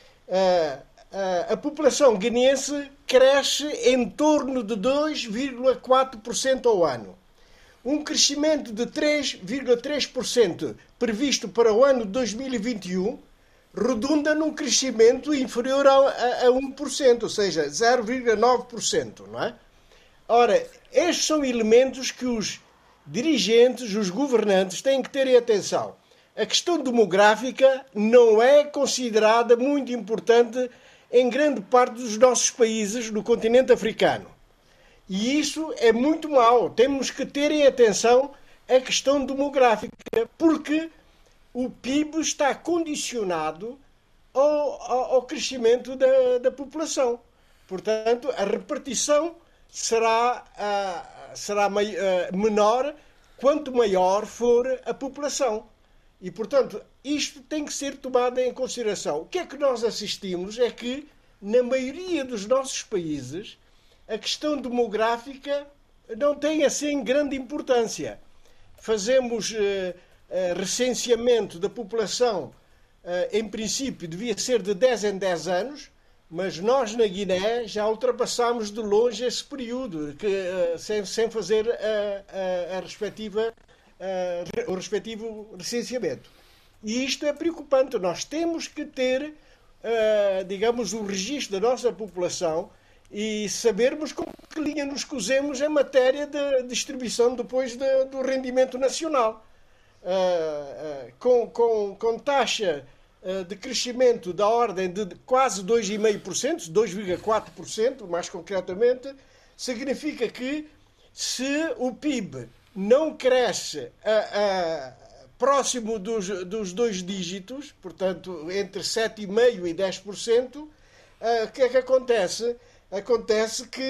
Speaker 5: A população guineense cresce em torno de 2,4% ao ano. um crescimento de 3,3% previsto para o ano de 2021 redunda num crescimento inferior a 1%, ou seja, 0,9%, não é? Ora, estes são elementos que os dirigentes, os governantes têm que ter atenção. A questão demográfica não é considerada muito importante em grande parte dos nossos países no continente africano. E isso é muito mau. Temos que ter em atenção a questão demográfica, porque o PIB está condicionado ao crescimento da população. Portanto, a repartição será menor quanto maior for a população. E, portanto, isto tem que ser tomado em consideração. O que é que nós assistimos é que, na maioria dos nossos países, a questão demográfica não tem assim grande importância. Fazemos recenseamento da população, em princípio, devia ser de 10 em 10 anos, mas nós na Guiné já ultrapassámos de longe esse período, sem fazer o respectivo recenseamento. E isto é preocupante. Nós temos que ter, digamos, o registro da nossa população e sabermos com que linha nos cozemos em matéria de distribuição depois do rendimento nacional. Com taxa de crescimento da ordem de quase 2,5%, 2,4%, mais concretamente, significa que se o PIB não cresce próximo dos 2 dígitos, portanto, entre 7,5% e 10%, o que é que acontece? Acontece que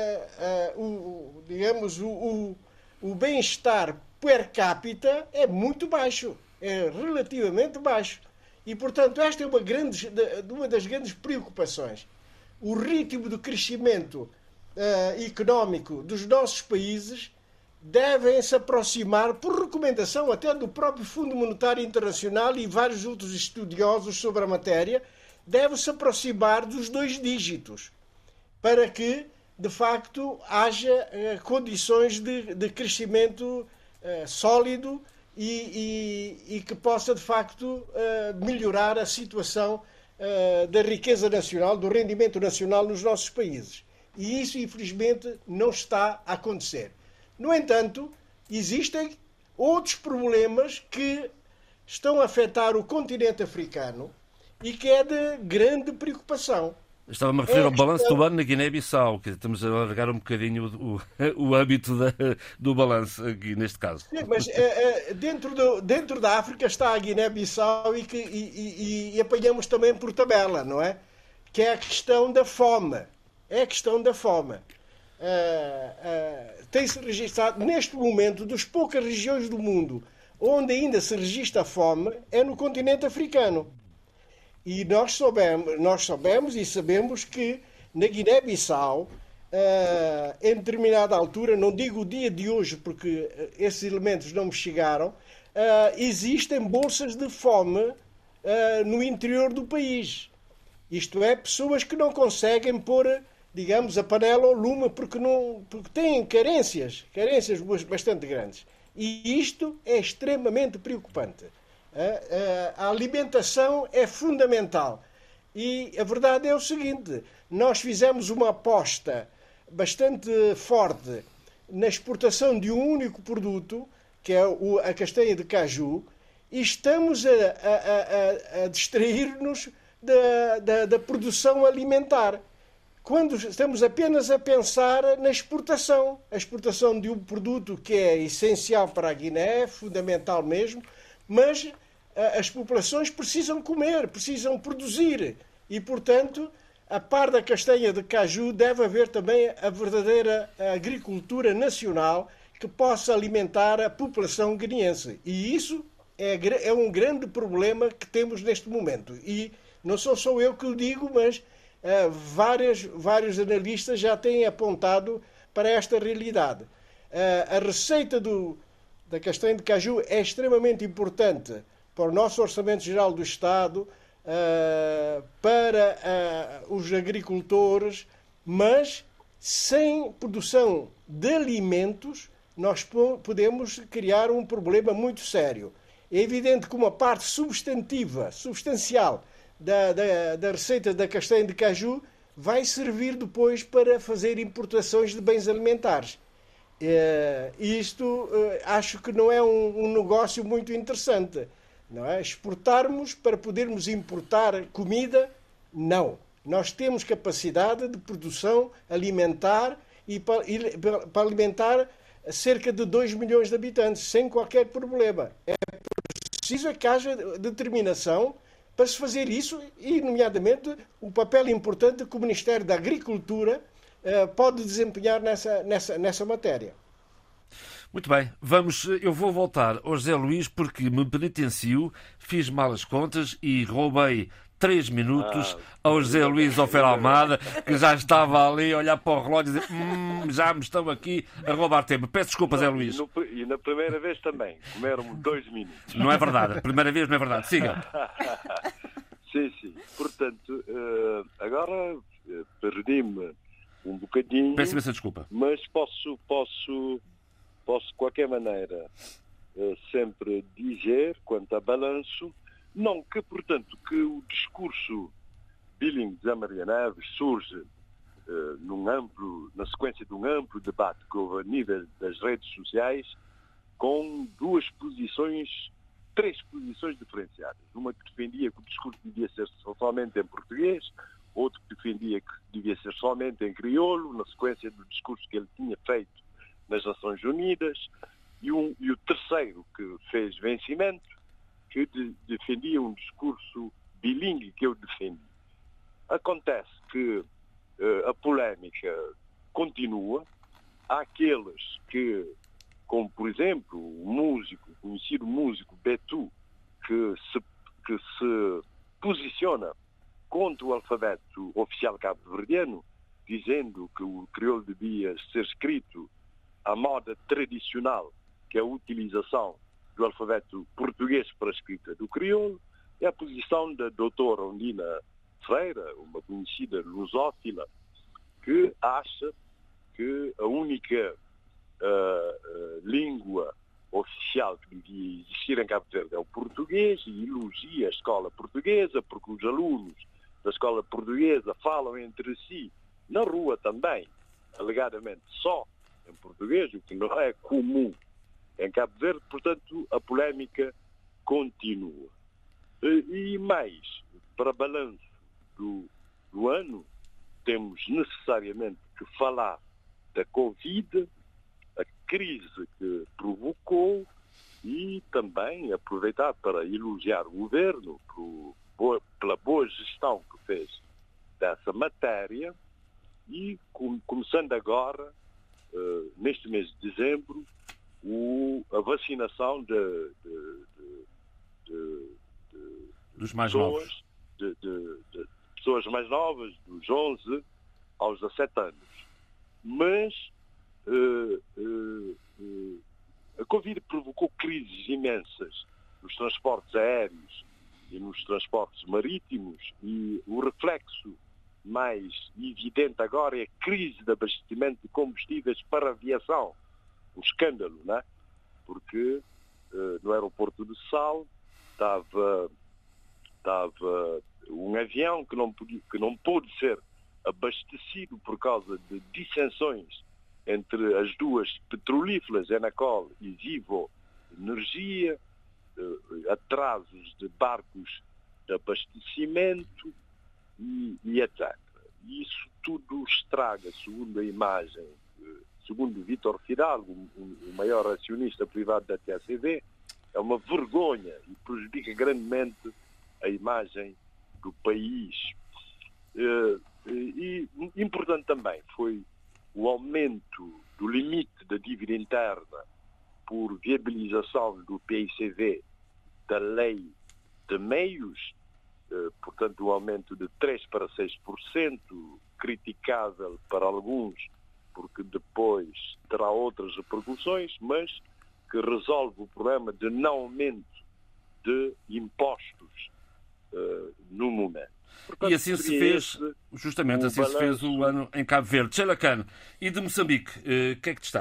Speaker 5: o bem-estar per capita é muito baixo, é relativamente baixo. E, portanto, esta é uma das grandes preocupações. O ritmo de crescimento económico dos nossos países devem se aproximar, por recomendação até do próprio Fundo Monetário Internacional e vários outros estudiosos sobre a matéria, deve se aproximar dos 2 dígitos, para que, de facto, haja condições de crescimento sólido e que possa, de facto, melhorar a situação da riqueza nacional, do rendimento nacional nos nossos países. E isso, infelizmente, não está a acontecer. No entanto, existem outros problemas que estão a afetar o continente africano e que é de grande preocupação.
Speaker 2: Estava-me a referir ao balanço do ano na Guiné-Bissau, que estamos a alargar um bocadinho o âmbito do balanço aqui neste caso.
Speaker 5: Sim, mas dentro da África está a Guiné-Bissau e apanhamos também por tabela, não é? Que é a questão da fome. É a questão da fome. Tem-se registrado, neste momento, das poucas regiões do mundo onde ainda se registra a fome, é no continente africano. E nós soubemos e sabemos que na Guiné-Bissau, em determinada altura, não digo o dia de hoje porque esses elementos não me chegaram, existem bolsas de fome no interior do país. Isto é, pessoas que não conseguem pôr, digamos, a panela ao lume porque têm carências bastante grandes. E isto é extremamente preocupante. A alimentação é fundamental. E a verdade é o seguinte: nós fizemos uma aposta bastante forte na exportação de um único produto, que é a castanha de caju, e estamos a distrair-nos da produção alimentar, quando estamos apenas a pensar na exportação. A exportação de um produto que é essencial para a Guiné, fundamental mesmo, mas as populações precisam comer, precisam produzir. E, portanto, a par da castanha de caju, deve haver também a verdadeira agricultura nacional que possa alimentar a população guineense. E isso é um grande problema que temos neste momento. E não sou só eu que o digo, mas vários analistas já têm apontado para esta realidade. A receita da castanha de caju é extremamente importante para o nosso Orçamento Geral do Estado, para os agricultores, mas sem produção de alimentos nós podemos criar um problema muito sério. É evidente que uma parte substancial da receita da castanha de caju vai servir depois para fazer importações de bens alimentares. Isto acho que não é um negócio muito interessante. Não é? Exportarmos para podermos importar comida, não. Nós temos capacidade de produção alimentar e para alimentar cerca de 2 milhões de habitantes, sem qualquer problema. É preciso que haja determinação para se fazer isso e, nomeadamente, o papel importante que o Ministério da Agricultura pode desempenhar nessa matéria.
Speaker 2: Muito bem, eu vou voltar ao José Luís porque me penitencio, fiz mal as contas e roubei 3 minutos ao José Luís Ofera Almada, que já estava ali a olhar para o relógio e dizer já me estão aqui a roubar tempo. Peço desculpa, José Luís.
Speaker 7: E na primeira vez também, comeram 2 minutos.
Speaker 2: Não é verdade, a primeira vez não é verdade. Siga.
Speaker 7: Sim. Portanto, agora perdi-me um bocadinho.
Speaker 2: Peço imensa desculpa.
Speaker 7: Mas posso de qualquer maneira sempre dizer, quanto a balanço, não que, portanto, que o discurso bilingue de Zé Maria Neves surge na sequência de um amplo debate que houve a nível das redes sociais, com três posições diferenciadas. Uma que defendia que o discurso devia ser somente em português, outro que defendia que devia ser somente em crioulo, na sequência do discurso que ele tinha feito nas Nações Unidas, e o terceiro que fez vencimento, que defendia um discurso bilingue que eu defendi. Acontece que a polémica continua. Há aqueles que, como por exemplo o conhecido músico Betu, que se posiciona contra o alfabeto oficial cabo-verdiano, dizendo que o crioulo devia ser escrito à moda tradicional, que é a utilização do alfabeto português para a escrita do crioulo. É a posição da doutora Ondina Freira, uma conhecida lusófila, que acha que a única língua oficial que devia existir em Cabo Verde é o português, e elogia a escola portuguesa, porque os alunos da escola portuguesa falam entre si, na rua também, alegadamente só em português, o que não é comum em Cabo Verde. Portanto, a polémica continua. E mais, para balanço do ano, temos necessariamente que falar da Covid, a crise que provocou, e também aproveitar para elogiar o governo pela boa gestão que fez dessa matéria, e começando agora, neste mês de dezembro, a vacinação
Speaker 2: dos mais novos.
Speaker 7: De pessoas mais novas, dos 11 aos 17 anos. Mas a Covid provocou crises imensas nos transportes aéreos e nos transportes marítimos, e o reflexo mais evidente agora é a crise de abastecimento de combustíveis para a aviação. Um escândalo, não é? Porque no aeroporto de Sal estava um avião que não pôde ser abastecido por causa de dissensões entre as duas petrolíferas, Enacol e Vivo Energia, atrasos de barcos de abastecimento e etc. Isso tudo estraga, segundo a imagem, segundo Vítor Fidalgo, o maior acionista privado da TACV, é uma vergonha e prejudica grandemente a imagem do país. E importante também foi o aumento do limite da dívida interna por viabilização do PICV da lei de meios, portanto um aumento de 3% para 6%, criticável para alguns, porque depois terá outras repercussões, mas que resolve o problema de não aumento de impostos no momento. Portanto,
Speaker 2: e assim se fez, justamente assim se fez o ano em Cabo Verde. Sheila Khan, e de Moçambique, o que é que destaca?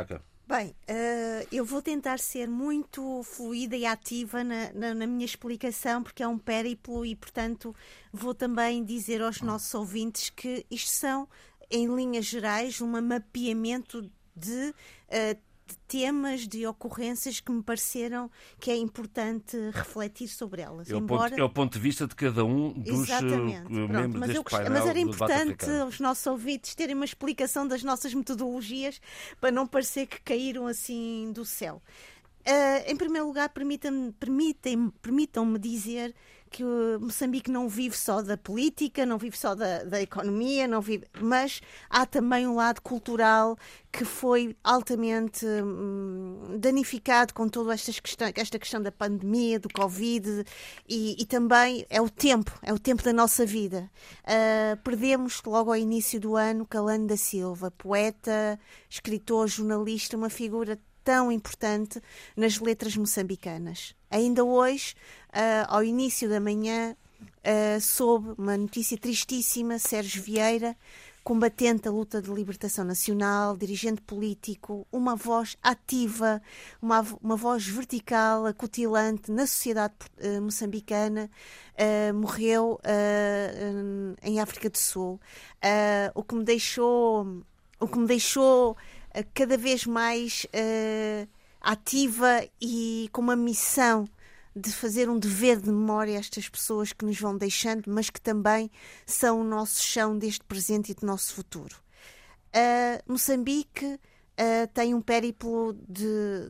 Speaker 4: Bem, eu vou tentar ser muito fluida e ativa na minha explicação, porque é um périplo e, portanto, vou também dizer aos nossos ouvintes que isto são, em linhas gerais, um mapeamento de temas, de ocorrências que me pareceram que é importante refletir sobre elas.
Speaker 2: É o ponto de vista de cada um dos membros deste painel.
Speaker 4: Mas era importante os nossos ouvintes terem uma explicação das nossas metodologias para não parecer que caíram assim do céu. Em primeiro lugar, permitam-me dizer que Moçambique não vive só da política, não vive só da economia, mas há também um lado cultural que foi altamente danificado com toda esta questão da pandemia, do Covid, e também é o tempo da nossa vida. Perdemos logo ao início do ano Calano da Silva, poeta, escritor, jornalista, uma figura tão importante nas letras moçambicanas. Ainda hoje, ao início da manhã, soube uma notícia tristíssima: Sérgio Vieira, combatente da luta de libertação nacional, dirigente político, uma voz ativa, uma voz vertical, acutilante na sociedade moçambicana, morreu em África do Sul. O que me deixou cada vez mais ativa e com uma missão de fazer um dever de memória a estas pessoas que nos vão deixando, mas que também são o nosso chão deste presente e do nosso futuro. Moçambique tem um périplo de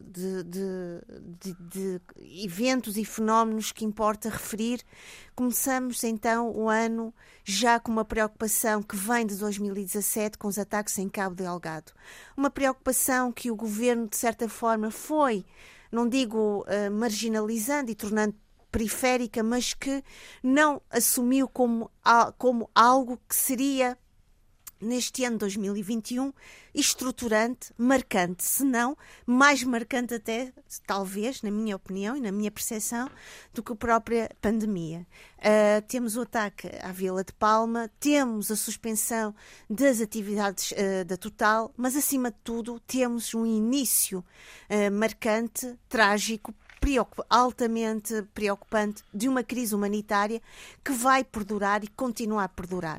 Speaker 4: eventos e fenómenos que importa referir. Começamos então o ano já com uma preocupação que vem de 2017 com os ataques em Cabo Delgado. Uma preocupação que o governo, de certa forma, foi, não digo marginalizando e tornando periférica, mas que não assumiu como algo que seria, neste ano de 2021, estruturante, marcante, se não mais marcante até, talvez, na minha opinião e na minha percepção, do que a própria pandemia. Temos o ataque à Vila de Palma, temos a suspensão das atividades da Total, mas, acima de tudo, temos um início marcante, trágico, altamente preocupante, de uma crise humanitária que vai perdurar e continuar a perdurar.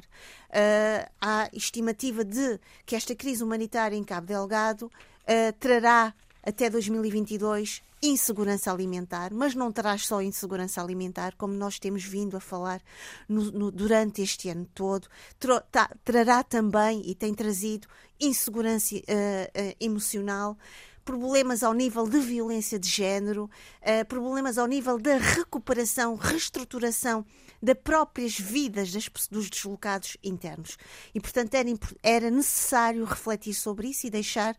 Speaker 4: Há estimativa de que esta crise humanitária em Cabo Delgado trará até 2022 insegurança alimentar, mas não terá só insegurança alimentar, como nós temos vindo a falar durante este ano todo, trará também, e tem trazido, insegurança emocional, problemas ao nível de violência de género, problemas ao nível da recuperação, reestruturação das próprias vidas dos deslocados internos. E, portanto, era necessário refletir sobre isso e deixar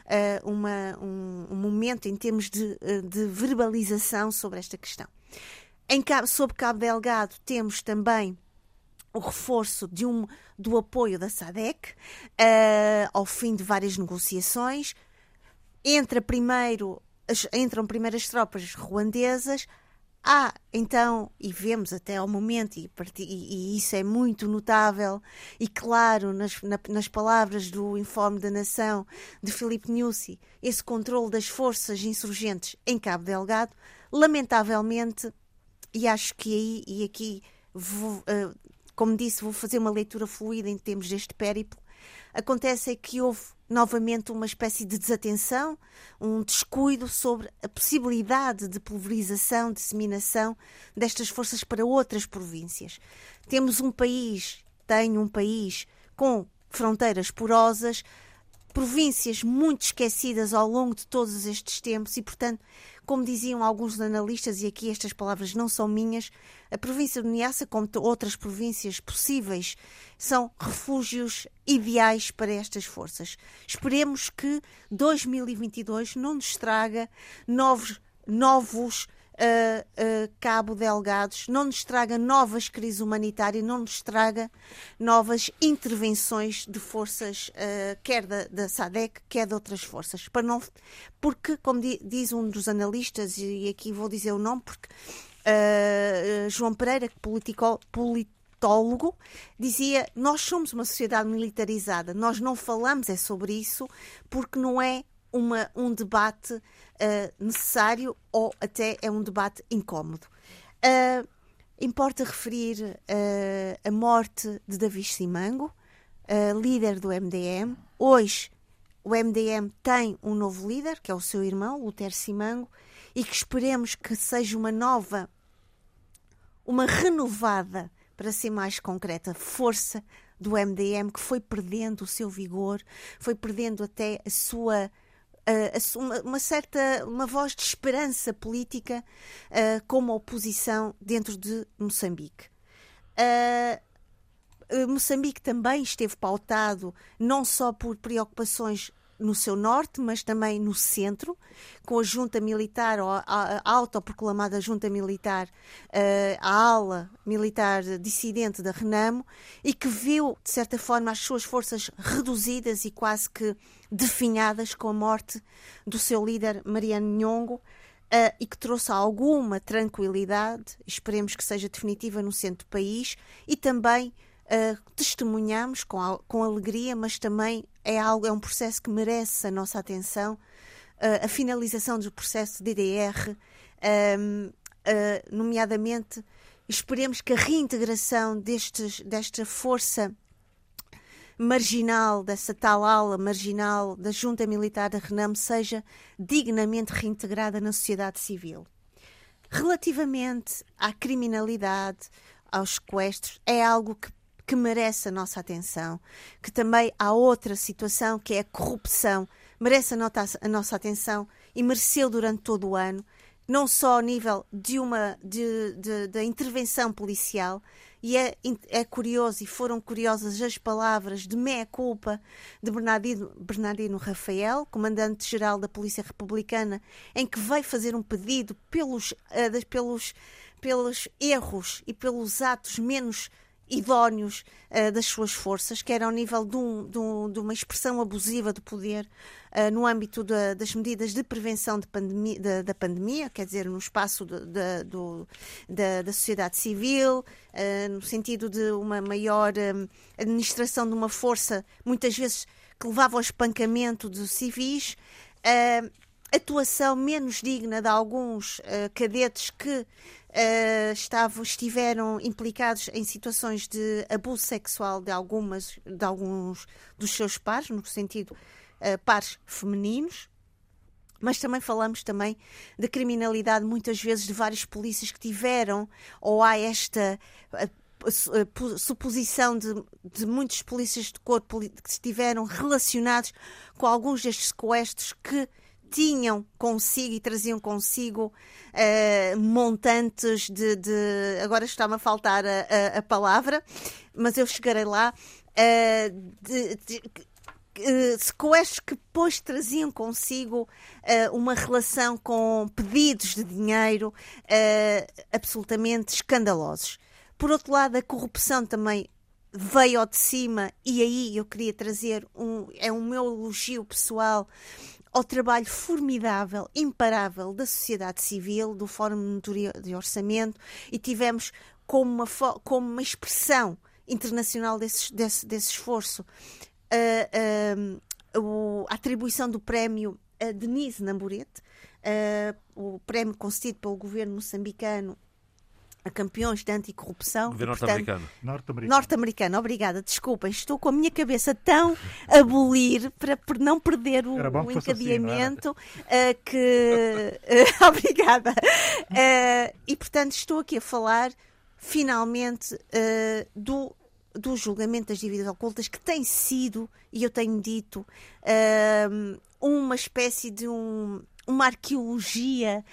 Speaker 4: um momento em termos de verbalização sobre esta questão. Sob Cabo Delgado temos também o reforço do apoio da SADC ao fim de várias negociações. Entram primeiro as tropas ruandesas. Há, então, e vemos até ao momento, e isso é muito notável, e claro, nas palavras do Informe da Nação de Filipe Nyusi, esse controle das forças insurgentes em Cabo Delgado, lamentavelmente, e acho que aqui, como disse, vou fazer uma leitura fluida em termos deste périplo, acontece é que houve novamente uma espécie de desatenção, um descuido sobre a possibilidade de pulverização, disseminação destas forças para outras províncias. Temos um país com fronteiras porosas, províncias muito esquecidas ao longo de todos estes tempos e, portanto, como diziam alguns analistas, e aqui estas palavras não são minhas, a província de Niassa, como outras províncias possíveis, são refúgios ideais para estas forças. Esperemos que 2022 não nos traga novos Cabo Delgados, não nos traga novas crises humanitárias, não nos traga novas intervenções de forças, quer da SADC, quer de outras forças. Porque, como diz um dos analistas, e aqui vou dizer o nome, porque João Pereira, politólogo, dizia: nós somos uma sociedade militarizada, nós não falamos sobre isso porque não é um debate necessário ou até é um debate incómodo. Importa referir a morte de David Simango, líder do MDM. Hoje o MDM tem um novo líder, que é o seu irmão, Lutero Simango, e que esperemos que seja uma renovada, para ser mais concreta, força do MDM, que foi perdendo o seu vigor, foi perdendo até uma voz de esperança política como oposição dentro de Moçambique. Moçambique também esteve pautado não só por preocupações no seu norte, mas também no centro, com a junta militar, ou a autoproclamada junta militar, a ala militar dissidente da Renamo, e que viu, de certa forma, as suas forças reduzidas e quase que definhadas com a morte do seu líder, Mariano Nhongo, e que trouxe alguma tranquilidade, esperemos que seja definitiva, no centro do país, e também testemunhamos com alegria, mas também é um processo que merece a nossa atenção, a finalização do processo de DDR, nomeadamente, esperemos que a reintegração desta força marginal, dessa tal ala marginal da junta militar da Renamo, seja dignamente reintegrada na sociedade civil. Relativamente à criminalidade, aos sequestros, é algo que merece a nossa atenção, que também há outra situação, que é a corrupção, merece a nossa atenção e mereceu durante todo o ano, não só ao nível da intervenção policial, e é curioso, e foram curiosas as palavras de meia-culpa de Bernardino Rafael, comandante-geral da Polícia Republicana, em que veio fazer um pedido pelos erros e pelos atos menos idóneos das suas forças, que era ao nível de uma expressão abusiva do poder no âmbito das medidas de prevenção da pandemia, quer dizer, no espaço da sociedade civil, no sentido de uma maior administração de uma força, muitas vezes, que levava ao espancamento de civis, atuação menos digna de alguns cadetes que estiveram implicados em situações de abuso sexual de alguns dos seus pares, no sentido pares femininos, mas também falamos de criminalidade, muitas vezes, de vários polícias que tiveram, ou há esta suposição de muitos polícias de corpo que estiveram relacionados com alguns destes sequestros que tinham consigo e traziam consigo montantes agora está-me a faltar a palavra, mas eu chegarei lá, sequestros que depois traziam consigo uma relação com pedidos de dinheiro absolutamente escandalosos. Por outro lado, a corrupção também veio ao de cima, e aí eu queria trazer um meu elogio pessoal ao trabalho formidável, imparável da sociedade civil, do Fórum de Monitoria de Orçamento, e tivemos como uma expressão internacional desse esforço a atribuição do prémio a Denise Namburete, o prémio concedido pelo governo moçambicano a campeões de anticorrupção.
Speaker 2: Governo
Speaker 6: norte-americano.
Speaker 4: Obrigada, desculpem, estou com a minha cabeça tão a bolir por não perder o encadeamento que... Obrigada. E, portanto, estou aqui a falar, finalmente, do julgamento das dívidas ocultas, que tem sido, e eu tenho dito, uma espécie de uma arqueologia,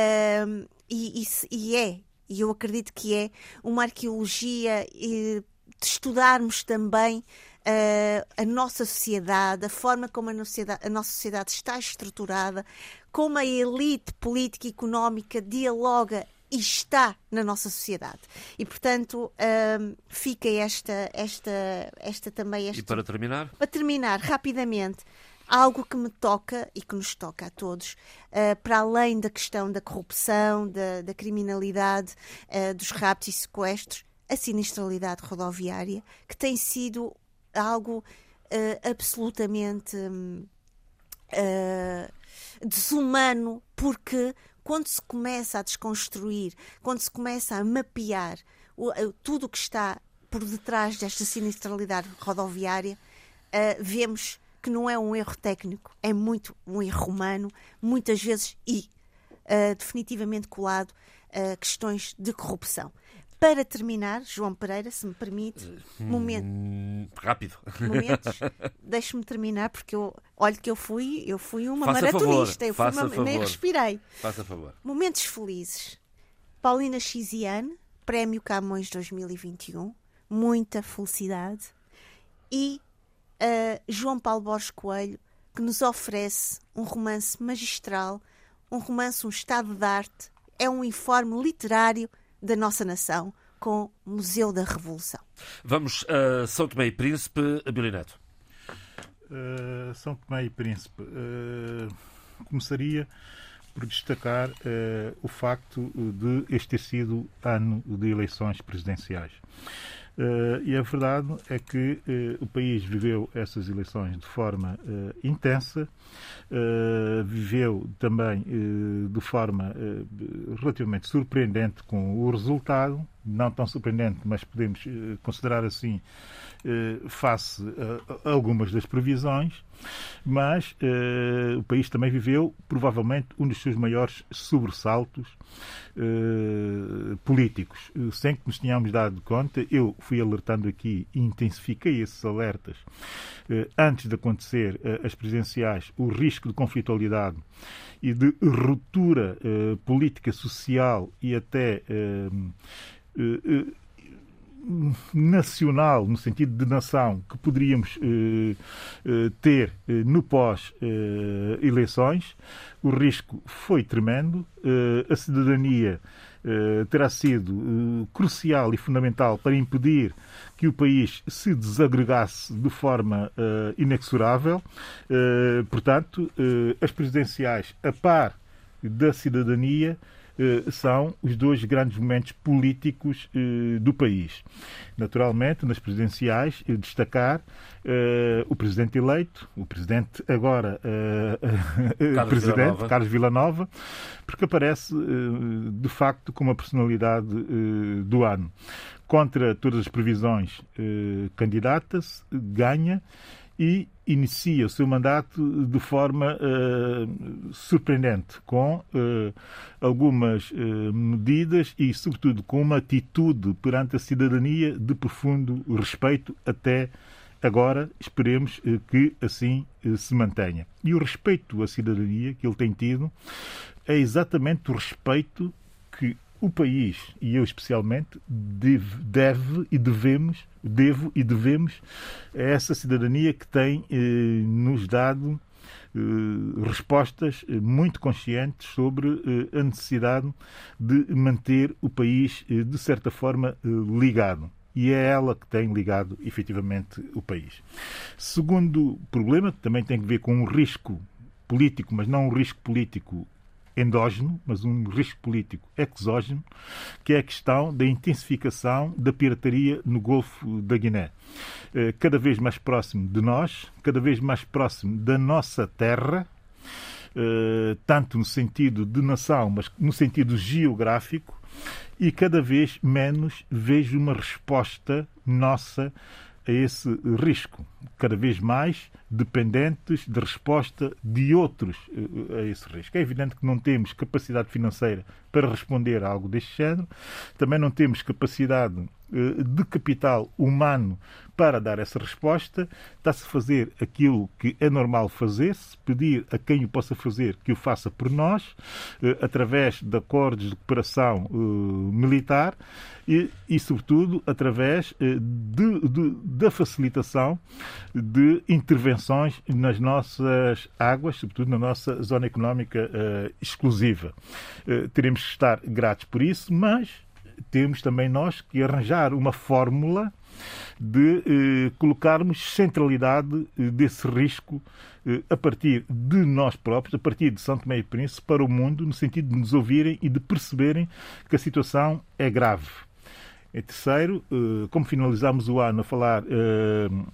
Speaker 4: e eu acredito que é uma arqueologia de estudarmos também a nossa sociedade, a forma como a nossa sociedade está estruturada, como a elite política e económica dialoga e está na nossa sociedade. E, portanto, fica esta também...
Speaker 2: E para terminar?
Speaker 4: Para terminar, rapidamente, algo que me toca e que nos toca a todos, para além da questão da corrupção, da criminalidade, dos raptos e sequestros, a sinistralidade rodoviária, que tem sido algo absolutamente desumano, porque quando se começa a desconstruir, quando se começa a mapear tudo o que está por detrás desta sinistralidade rodoviária, vemos que não é um erro técnico, é muito um erro humano, muitas vezes definitivamente colado a questões de corrupção. Para terminar, João Pereira, se me permite,
Speaker 2: rápido.
Speaker 4: Momentos, deixe-me terminar, porque eu fui uma
Speaker 2: Faça
Speaker 4: maratonista,
Speaker 2: favor.
Speaker 4: Nem respirei.
Speaker 2: Faça favor.
Speaker 4: Momentos felizes. Paulina Chiziane, Prémio Camões 2021, muita felicidade. E João Paulo Borges Coelho, que nos oferece um romance magistral, um estado de arte, é um informe literário da nossa nação, com o Museu da Revolução.
Speaker 2: Vamos a São Tomé e Príncipe, Abílio Neto.
Speaker 6: São Tomé e Príncipe. Começaria por destacar o facto de este ter sido ano de eleições presidenciais. E a verdade é que o país viveu essas eleições de forma intensa, viveu também de forma relativamente surpreendente com o resultado, não tão surpreendente, mas podemos considerar assim, face a algumas das previsões, mas o país também viveu provavelmente um dos seus maiores sobressaltos políticos, sem que nos tenhamos dado conta. Eu fui alertando aqui e intensifiquei esses alertas antes de acontecer as presidenciais, o risco de conflitualidade e de ruptura política, social e até nacional, no sentido de nação, que poderíamos ter no pós-eleições. O risco foi tremendo. A cidadania terá sido crucial e fundamental para impedir que o país se desagregasse de forma inexorável. Portanto, as presidenciais, a par da cidadania, são os dois grandes momentos políticos do país. Naturalmente, nas presidenciais, destacar o presidente eleito, o presidente agora Carlos Villanova, porque aparece de facto como a personalidade do ano. Contra todas as previsões, candidata-se, ganha e inicia o seu mandato de forma surpreendente, com algumas medidas e, sobretudo, com uma atitude perante a cidadania de profundo respeito até agora. Esperemos que assim se mantenha. E o respeito à cidadania que ele tem tido é exatamente o respeito que o país, e eu especialmente, devo e devemos a essa cidadania que tem nos dado respostas muito conscientes sobre a necessidade de manter o país, de certa forma, ligado. E é ela que tem ligado, efetivamente, o país. Segundo problema, que também tem a ver com um risco político, mas não um risco político endógeno, mas um risco político exógeno, que é a questão da intensificação da pirataria no Golfo da Guiné. Cada vez mais próximo de nós, cada vez mais próximo da nossa terra, tanto no sentido de nação, mas no sentido geográfico, e cada vez menos vejo uma resposta nossa a esse risco, cada vez mais dependentes de resposta de outros a esse risco. É evidente que não temos capacidade financeira para responder a algo deste género, também não temos capacidade de capital humano para dar essa resposta. Está-se a fazer aquilo que é normal fazer-se, pedir a quem o possa fazer que o faça por nós, através de acordos de cooperação militar e sobretudo, através da facilitação de intervenções nas nossas águas, sobretudo na nossa zona económica exclusiva. Teremos que estar gratos por isso, mas temos também nós que arranjar uma fórmula de colocarmos centralidade desse risco a partir de nós próprios, a partir de São Tomé e Príncipe, para o mundo, no sentido de nos ouvirem e de perceberem que a situação é grave. Em terceiro, como finalizamos o ano a falar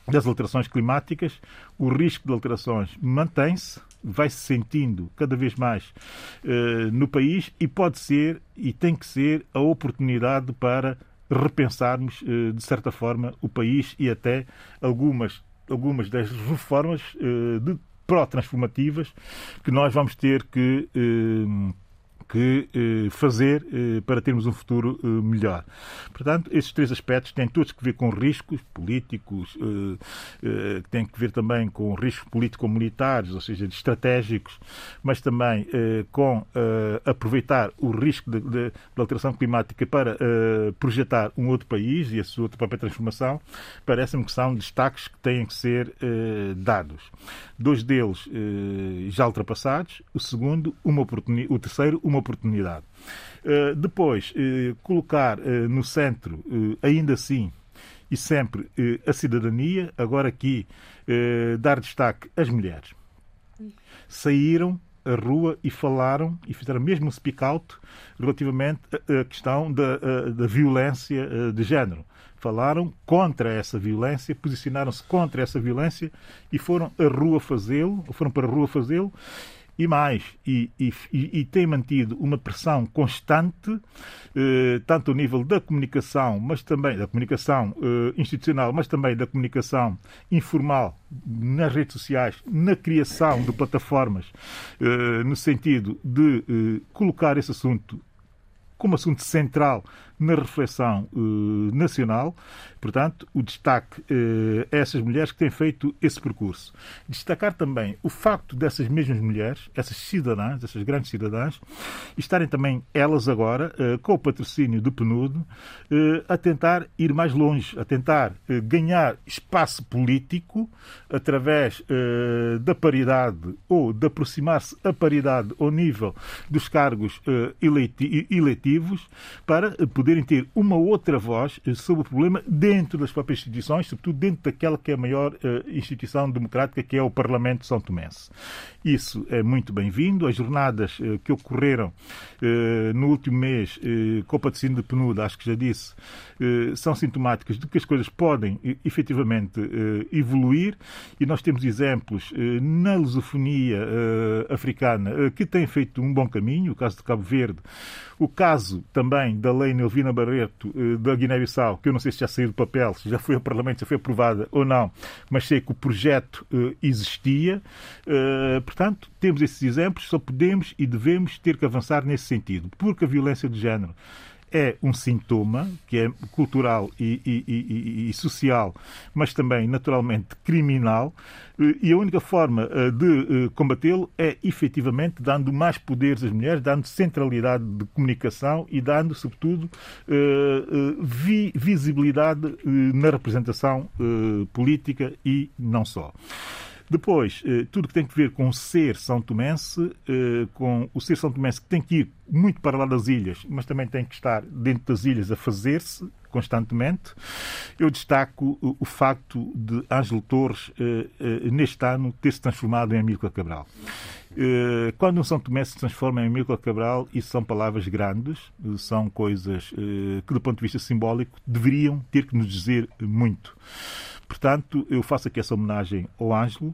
Speaker 6: das alterações climáticas, o risco de alterações mantém-se, vai-se sentindo cada vez mais no país e pode ser e tem que ser a oportunidade para repensarmos, de certa forma, o país e até algumas das reformas pró-transformativas que nós vamos ter que fazer para termos um futuro melhor. Portanto, esses 3 aspectos têm todos que ver com riscos políticos, têm que ver também com riscos político-comunitários, ou seja, estratégicos, mas também com aproveitar o risco de alteração climática para projetar um outro país e a sua própria transformação. Parece-me que são destaques que têm que ser dados. 2 deles já ultrapassados, o terceiro, uma oportunidade. Depois, colocar no centro, ainda assim, e sempre, a cidadania. Agora aqui, dar destaque às mulheres. Saíram à rua e falaram, e fizeram mesmo um speak out relativamente à questão da violência de género. Falaram contra essa violência, posicionaram-se contra essa violência e foram à rua fazê-lo, foram para a rua fazê-lo. E mais, e tem mantido uma pressão constante, tanto ao nível da comunicação, mas também da comunicação institucional, mas também da comunicação informal nas redes sociais, na criação de plataformas, no sentido de colocar esse assunto como assunto central na reflexão nacional. Portanto, o destaque a essas mulheres que têm feito esse percurso. Destacar também o facto dessas mesmas mulheres, essas cidadãs, essas grandes cidadãs, estarem também elas agora, com o patrocínio do PNUD, a tentar ir mais longe, a tentar ganhar espaço político através da paridade ou de aproximar-se a paridade ao nível dos cargos eletivos para poderem ter uma outra voz sobre o problema dentro das próprias instituições, sobretudo dentro daquela que é a maior instituição democrática, que é o Parlamento São Tomense. Isso é muito bem-vindo. As jornadas que ocorreram no último mês com o patrocínio do PNUD, acho que já disse, são sintomáticas de que as coisas podem efetivamente evoluir, e nós temos exemplos na lusofonia africana que têm feito um bom caminho, o caso de Cabo Verde, o caso também da lei Nelvina Barreto da Guiné-Bissau, que eu não sei se já saiu do papel, se já foi ao Parlamento, se foi aprovada ou não, mas sei que o projeto existia. Portanto, temos esses exemplos, só podemos e devemos ter que avançar nesse sentido, porque a violência de género é um sintoma que é cultural e social, mas também naturalmente criminal, e a única forma de combatê-lo é efetivamente dando mais poderes às mulheres, dando centralidade de comunicação e dando, sobretudo, visibilidade na representação política e não só. Depois, tudo que tem que ver com o ser são tomense, com o ser são tomense que tem que ir muito para lá das ilhas, mas também tem que estar dentro das ilhas a fazer-se constantemente. Eu destaco o facto de Ângelo Torres, neste ano, ter se transformado em Amílcar Cabral. Quando um São Tomé se transforma em Amílcar Cabral, isso são palavras grandes, são coisas que, do ponto de vista simbólico, deveriam ter que nos dizer muito. Portanto, eu faço aqui essa homenagem ao Ângelo,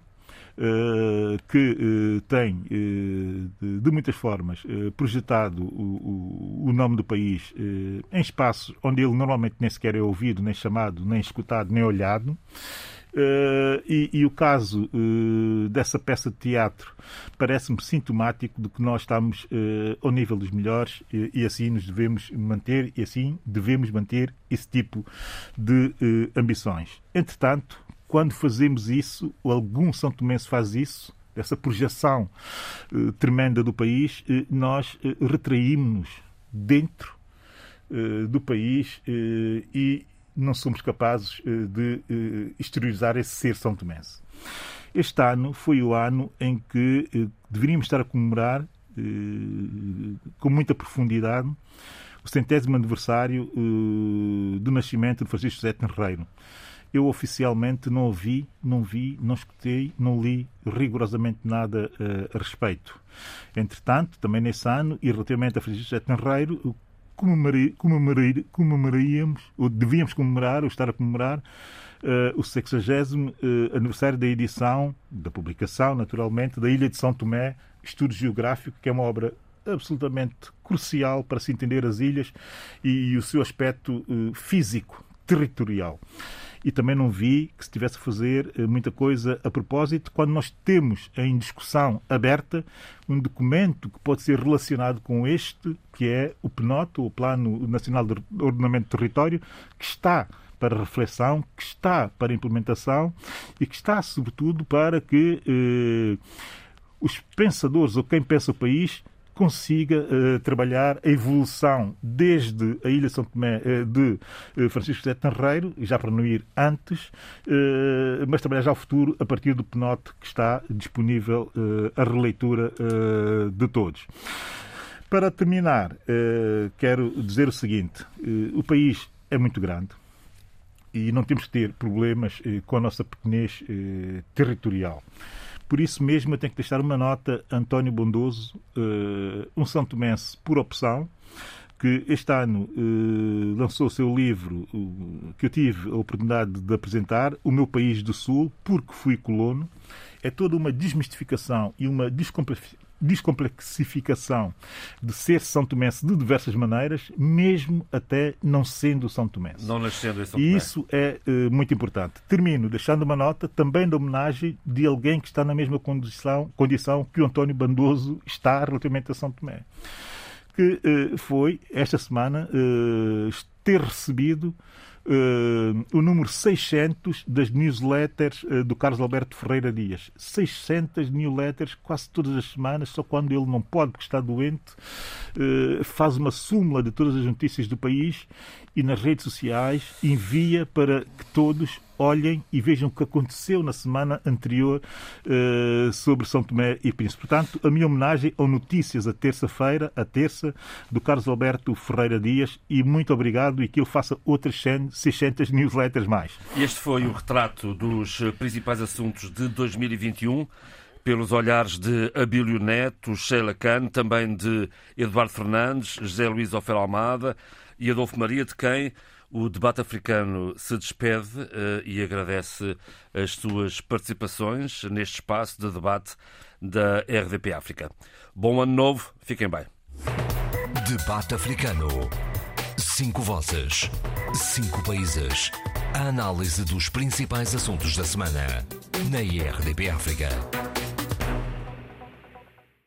Speaker 6: que tem, de muitas formas, projetado o nome do país em espaços onde ele normalmente nem sequer é ouvido, nem chamado, nem escutado, nem olhado. E o caso dessa peça de teatro parece-me sintomático de que nós estamos ao nível dos melhores, e assim nos devemos manter, e assim devemos manter esse tipo de ambições. Entretanto, quando fazemos isso, ou algum São Tomense faz isso, essa projeção tremenda do país, nós retraímos-nos dentro do país e não somos capazes de exteriorizar esse ser são tomense. Este ano foi o ano em que deveríamos estar a comemorar com muita profundidade o 100º aniversário do nascimento de Francisco José Tenreiro. Eu oficialmente não vi, não escutei, não li rigorosamente nada a respeito. Entretanto, também nesse ano, e relativamente a Francisco José Tenreiro, comemoraríamos, ou devíamos comemorar, ou estar a comemorar, o 60º aniversário da edição, da publicação, naturalmente, da Ilha de São Tomé, Estudo Geográfico, que é uma obra absolutamente crucial para se entender as ilhas e o seu aspecto físico, territorial. E também não vi que se estivesse a fazer muita coisa a propósito, quando nós temos em discussão aberta um documento que pode ser relacionado com este, que é o PNOT, o Plano Nacional de Ordenamento do Território, que está para reflexão, que está para implementação e que está, sobretudo, para que os pensadores ou quem pensa o país consiga trabalhar a evolução desde a Ilha de São Tomé de Francisco José Tenreiro, já para não ir antes, mas trabalhar já o futuro a partir do PNOT que está disponível à releitura de todos. Para terminar, quero dizer o seguinte: o país é muito grande e não temos que ter problemas com a nossa pequenez territorial. Por isso mesmo eu tenho que deixar uma nota a António Bondoso, um são tomense por opção, que este ano lançou o seu livro, que eu tive a oportunidade de apresentar, O Meu País do Sul, porque fui colono. É toda uma desmistificação e uma descomplexificação de ser São Tomense de diversas maneiras, mesmo até não sendo São Tomense.
Speaker 2: Não nascendo em São Tomé.
Speaker 6: E isso é muito importante. Termino deixando uma nota também de homenagem de alguém que está na mesma condição que o António Bondoso está relativamente a São Tomé. Que foi, esta semana, ter recebido o número 600 das newsletters do Carlos Alberto Ferreira Dias. 600 newsletters quase todas as semanas, só quando ele não pode porque está doente, faz uma súmula de todas as notícias do país e nas redes sociais envia para que todos olhem e vejam o que aconteceu na semana anterior sobre São Tomé e Príncipe. Portanto, a minha homenagem ao Notícias a terça-feira, a terça, do Carlos Alberto Ferreira Dias, e muito obrigado e que ele faça outras 600 newsletters mais.
Speaker 2: Este foi o retrato dos principais assuntos de 2021, pelos olhares de Abílio Neto, Sheila Khan, também de Eduardo Fernandes, José Luís Ofel Almada e Adolfo Maria, de quem o debate africano se despede e agradece as suas participações neste espaço de debate da RDP África. Bom ano novo, fiquem bem.
Speaker 1: Debate africano. 5 vozes, 5 países. A análise dos principais assuntos da semana na RDP África.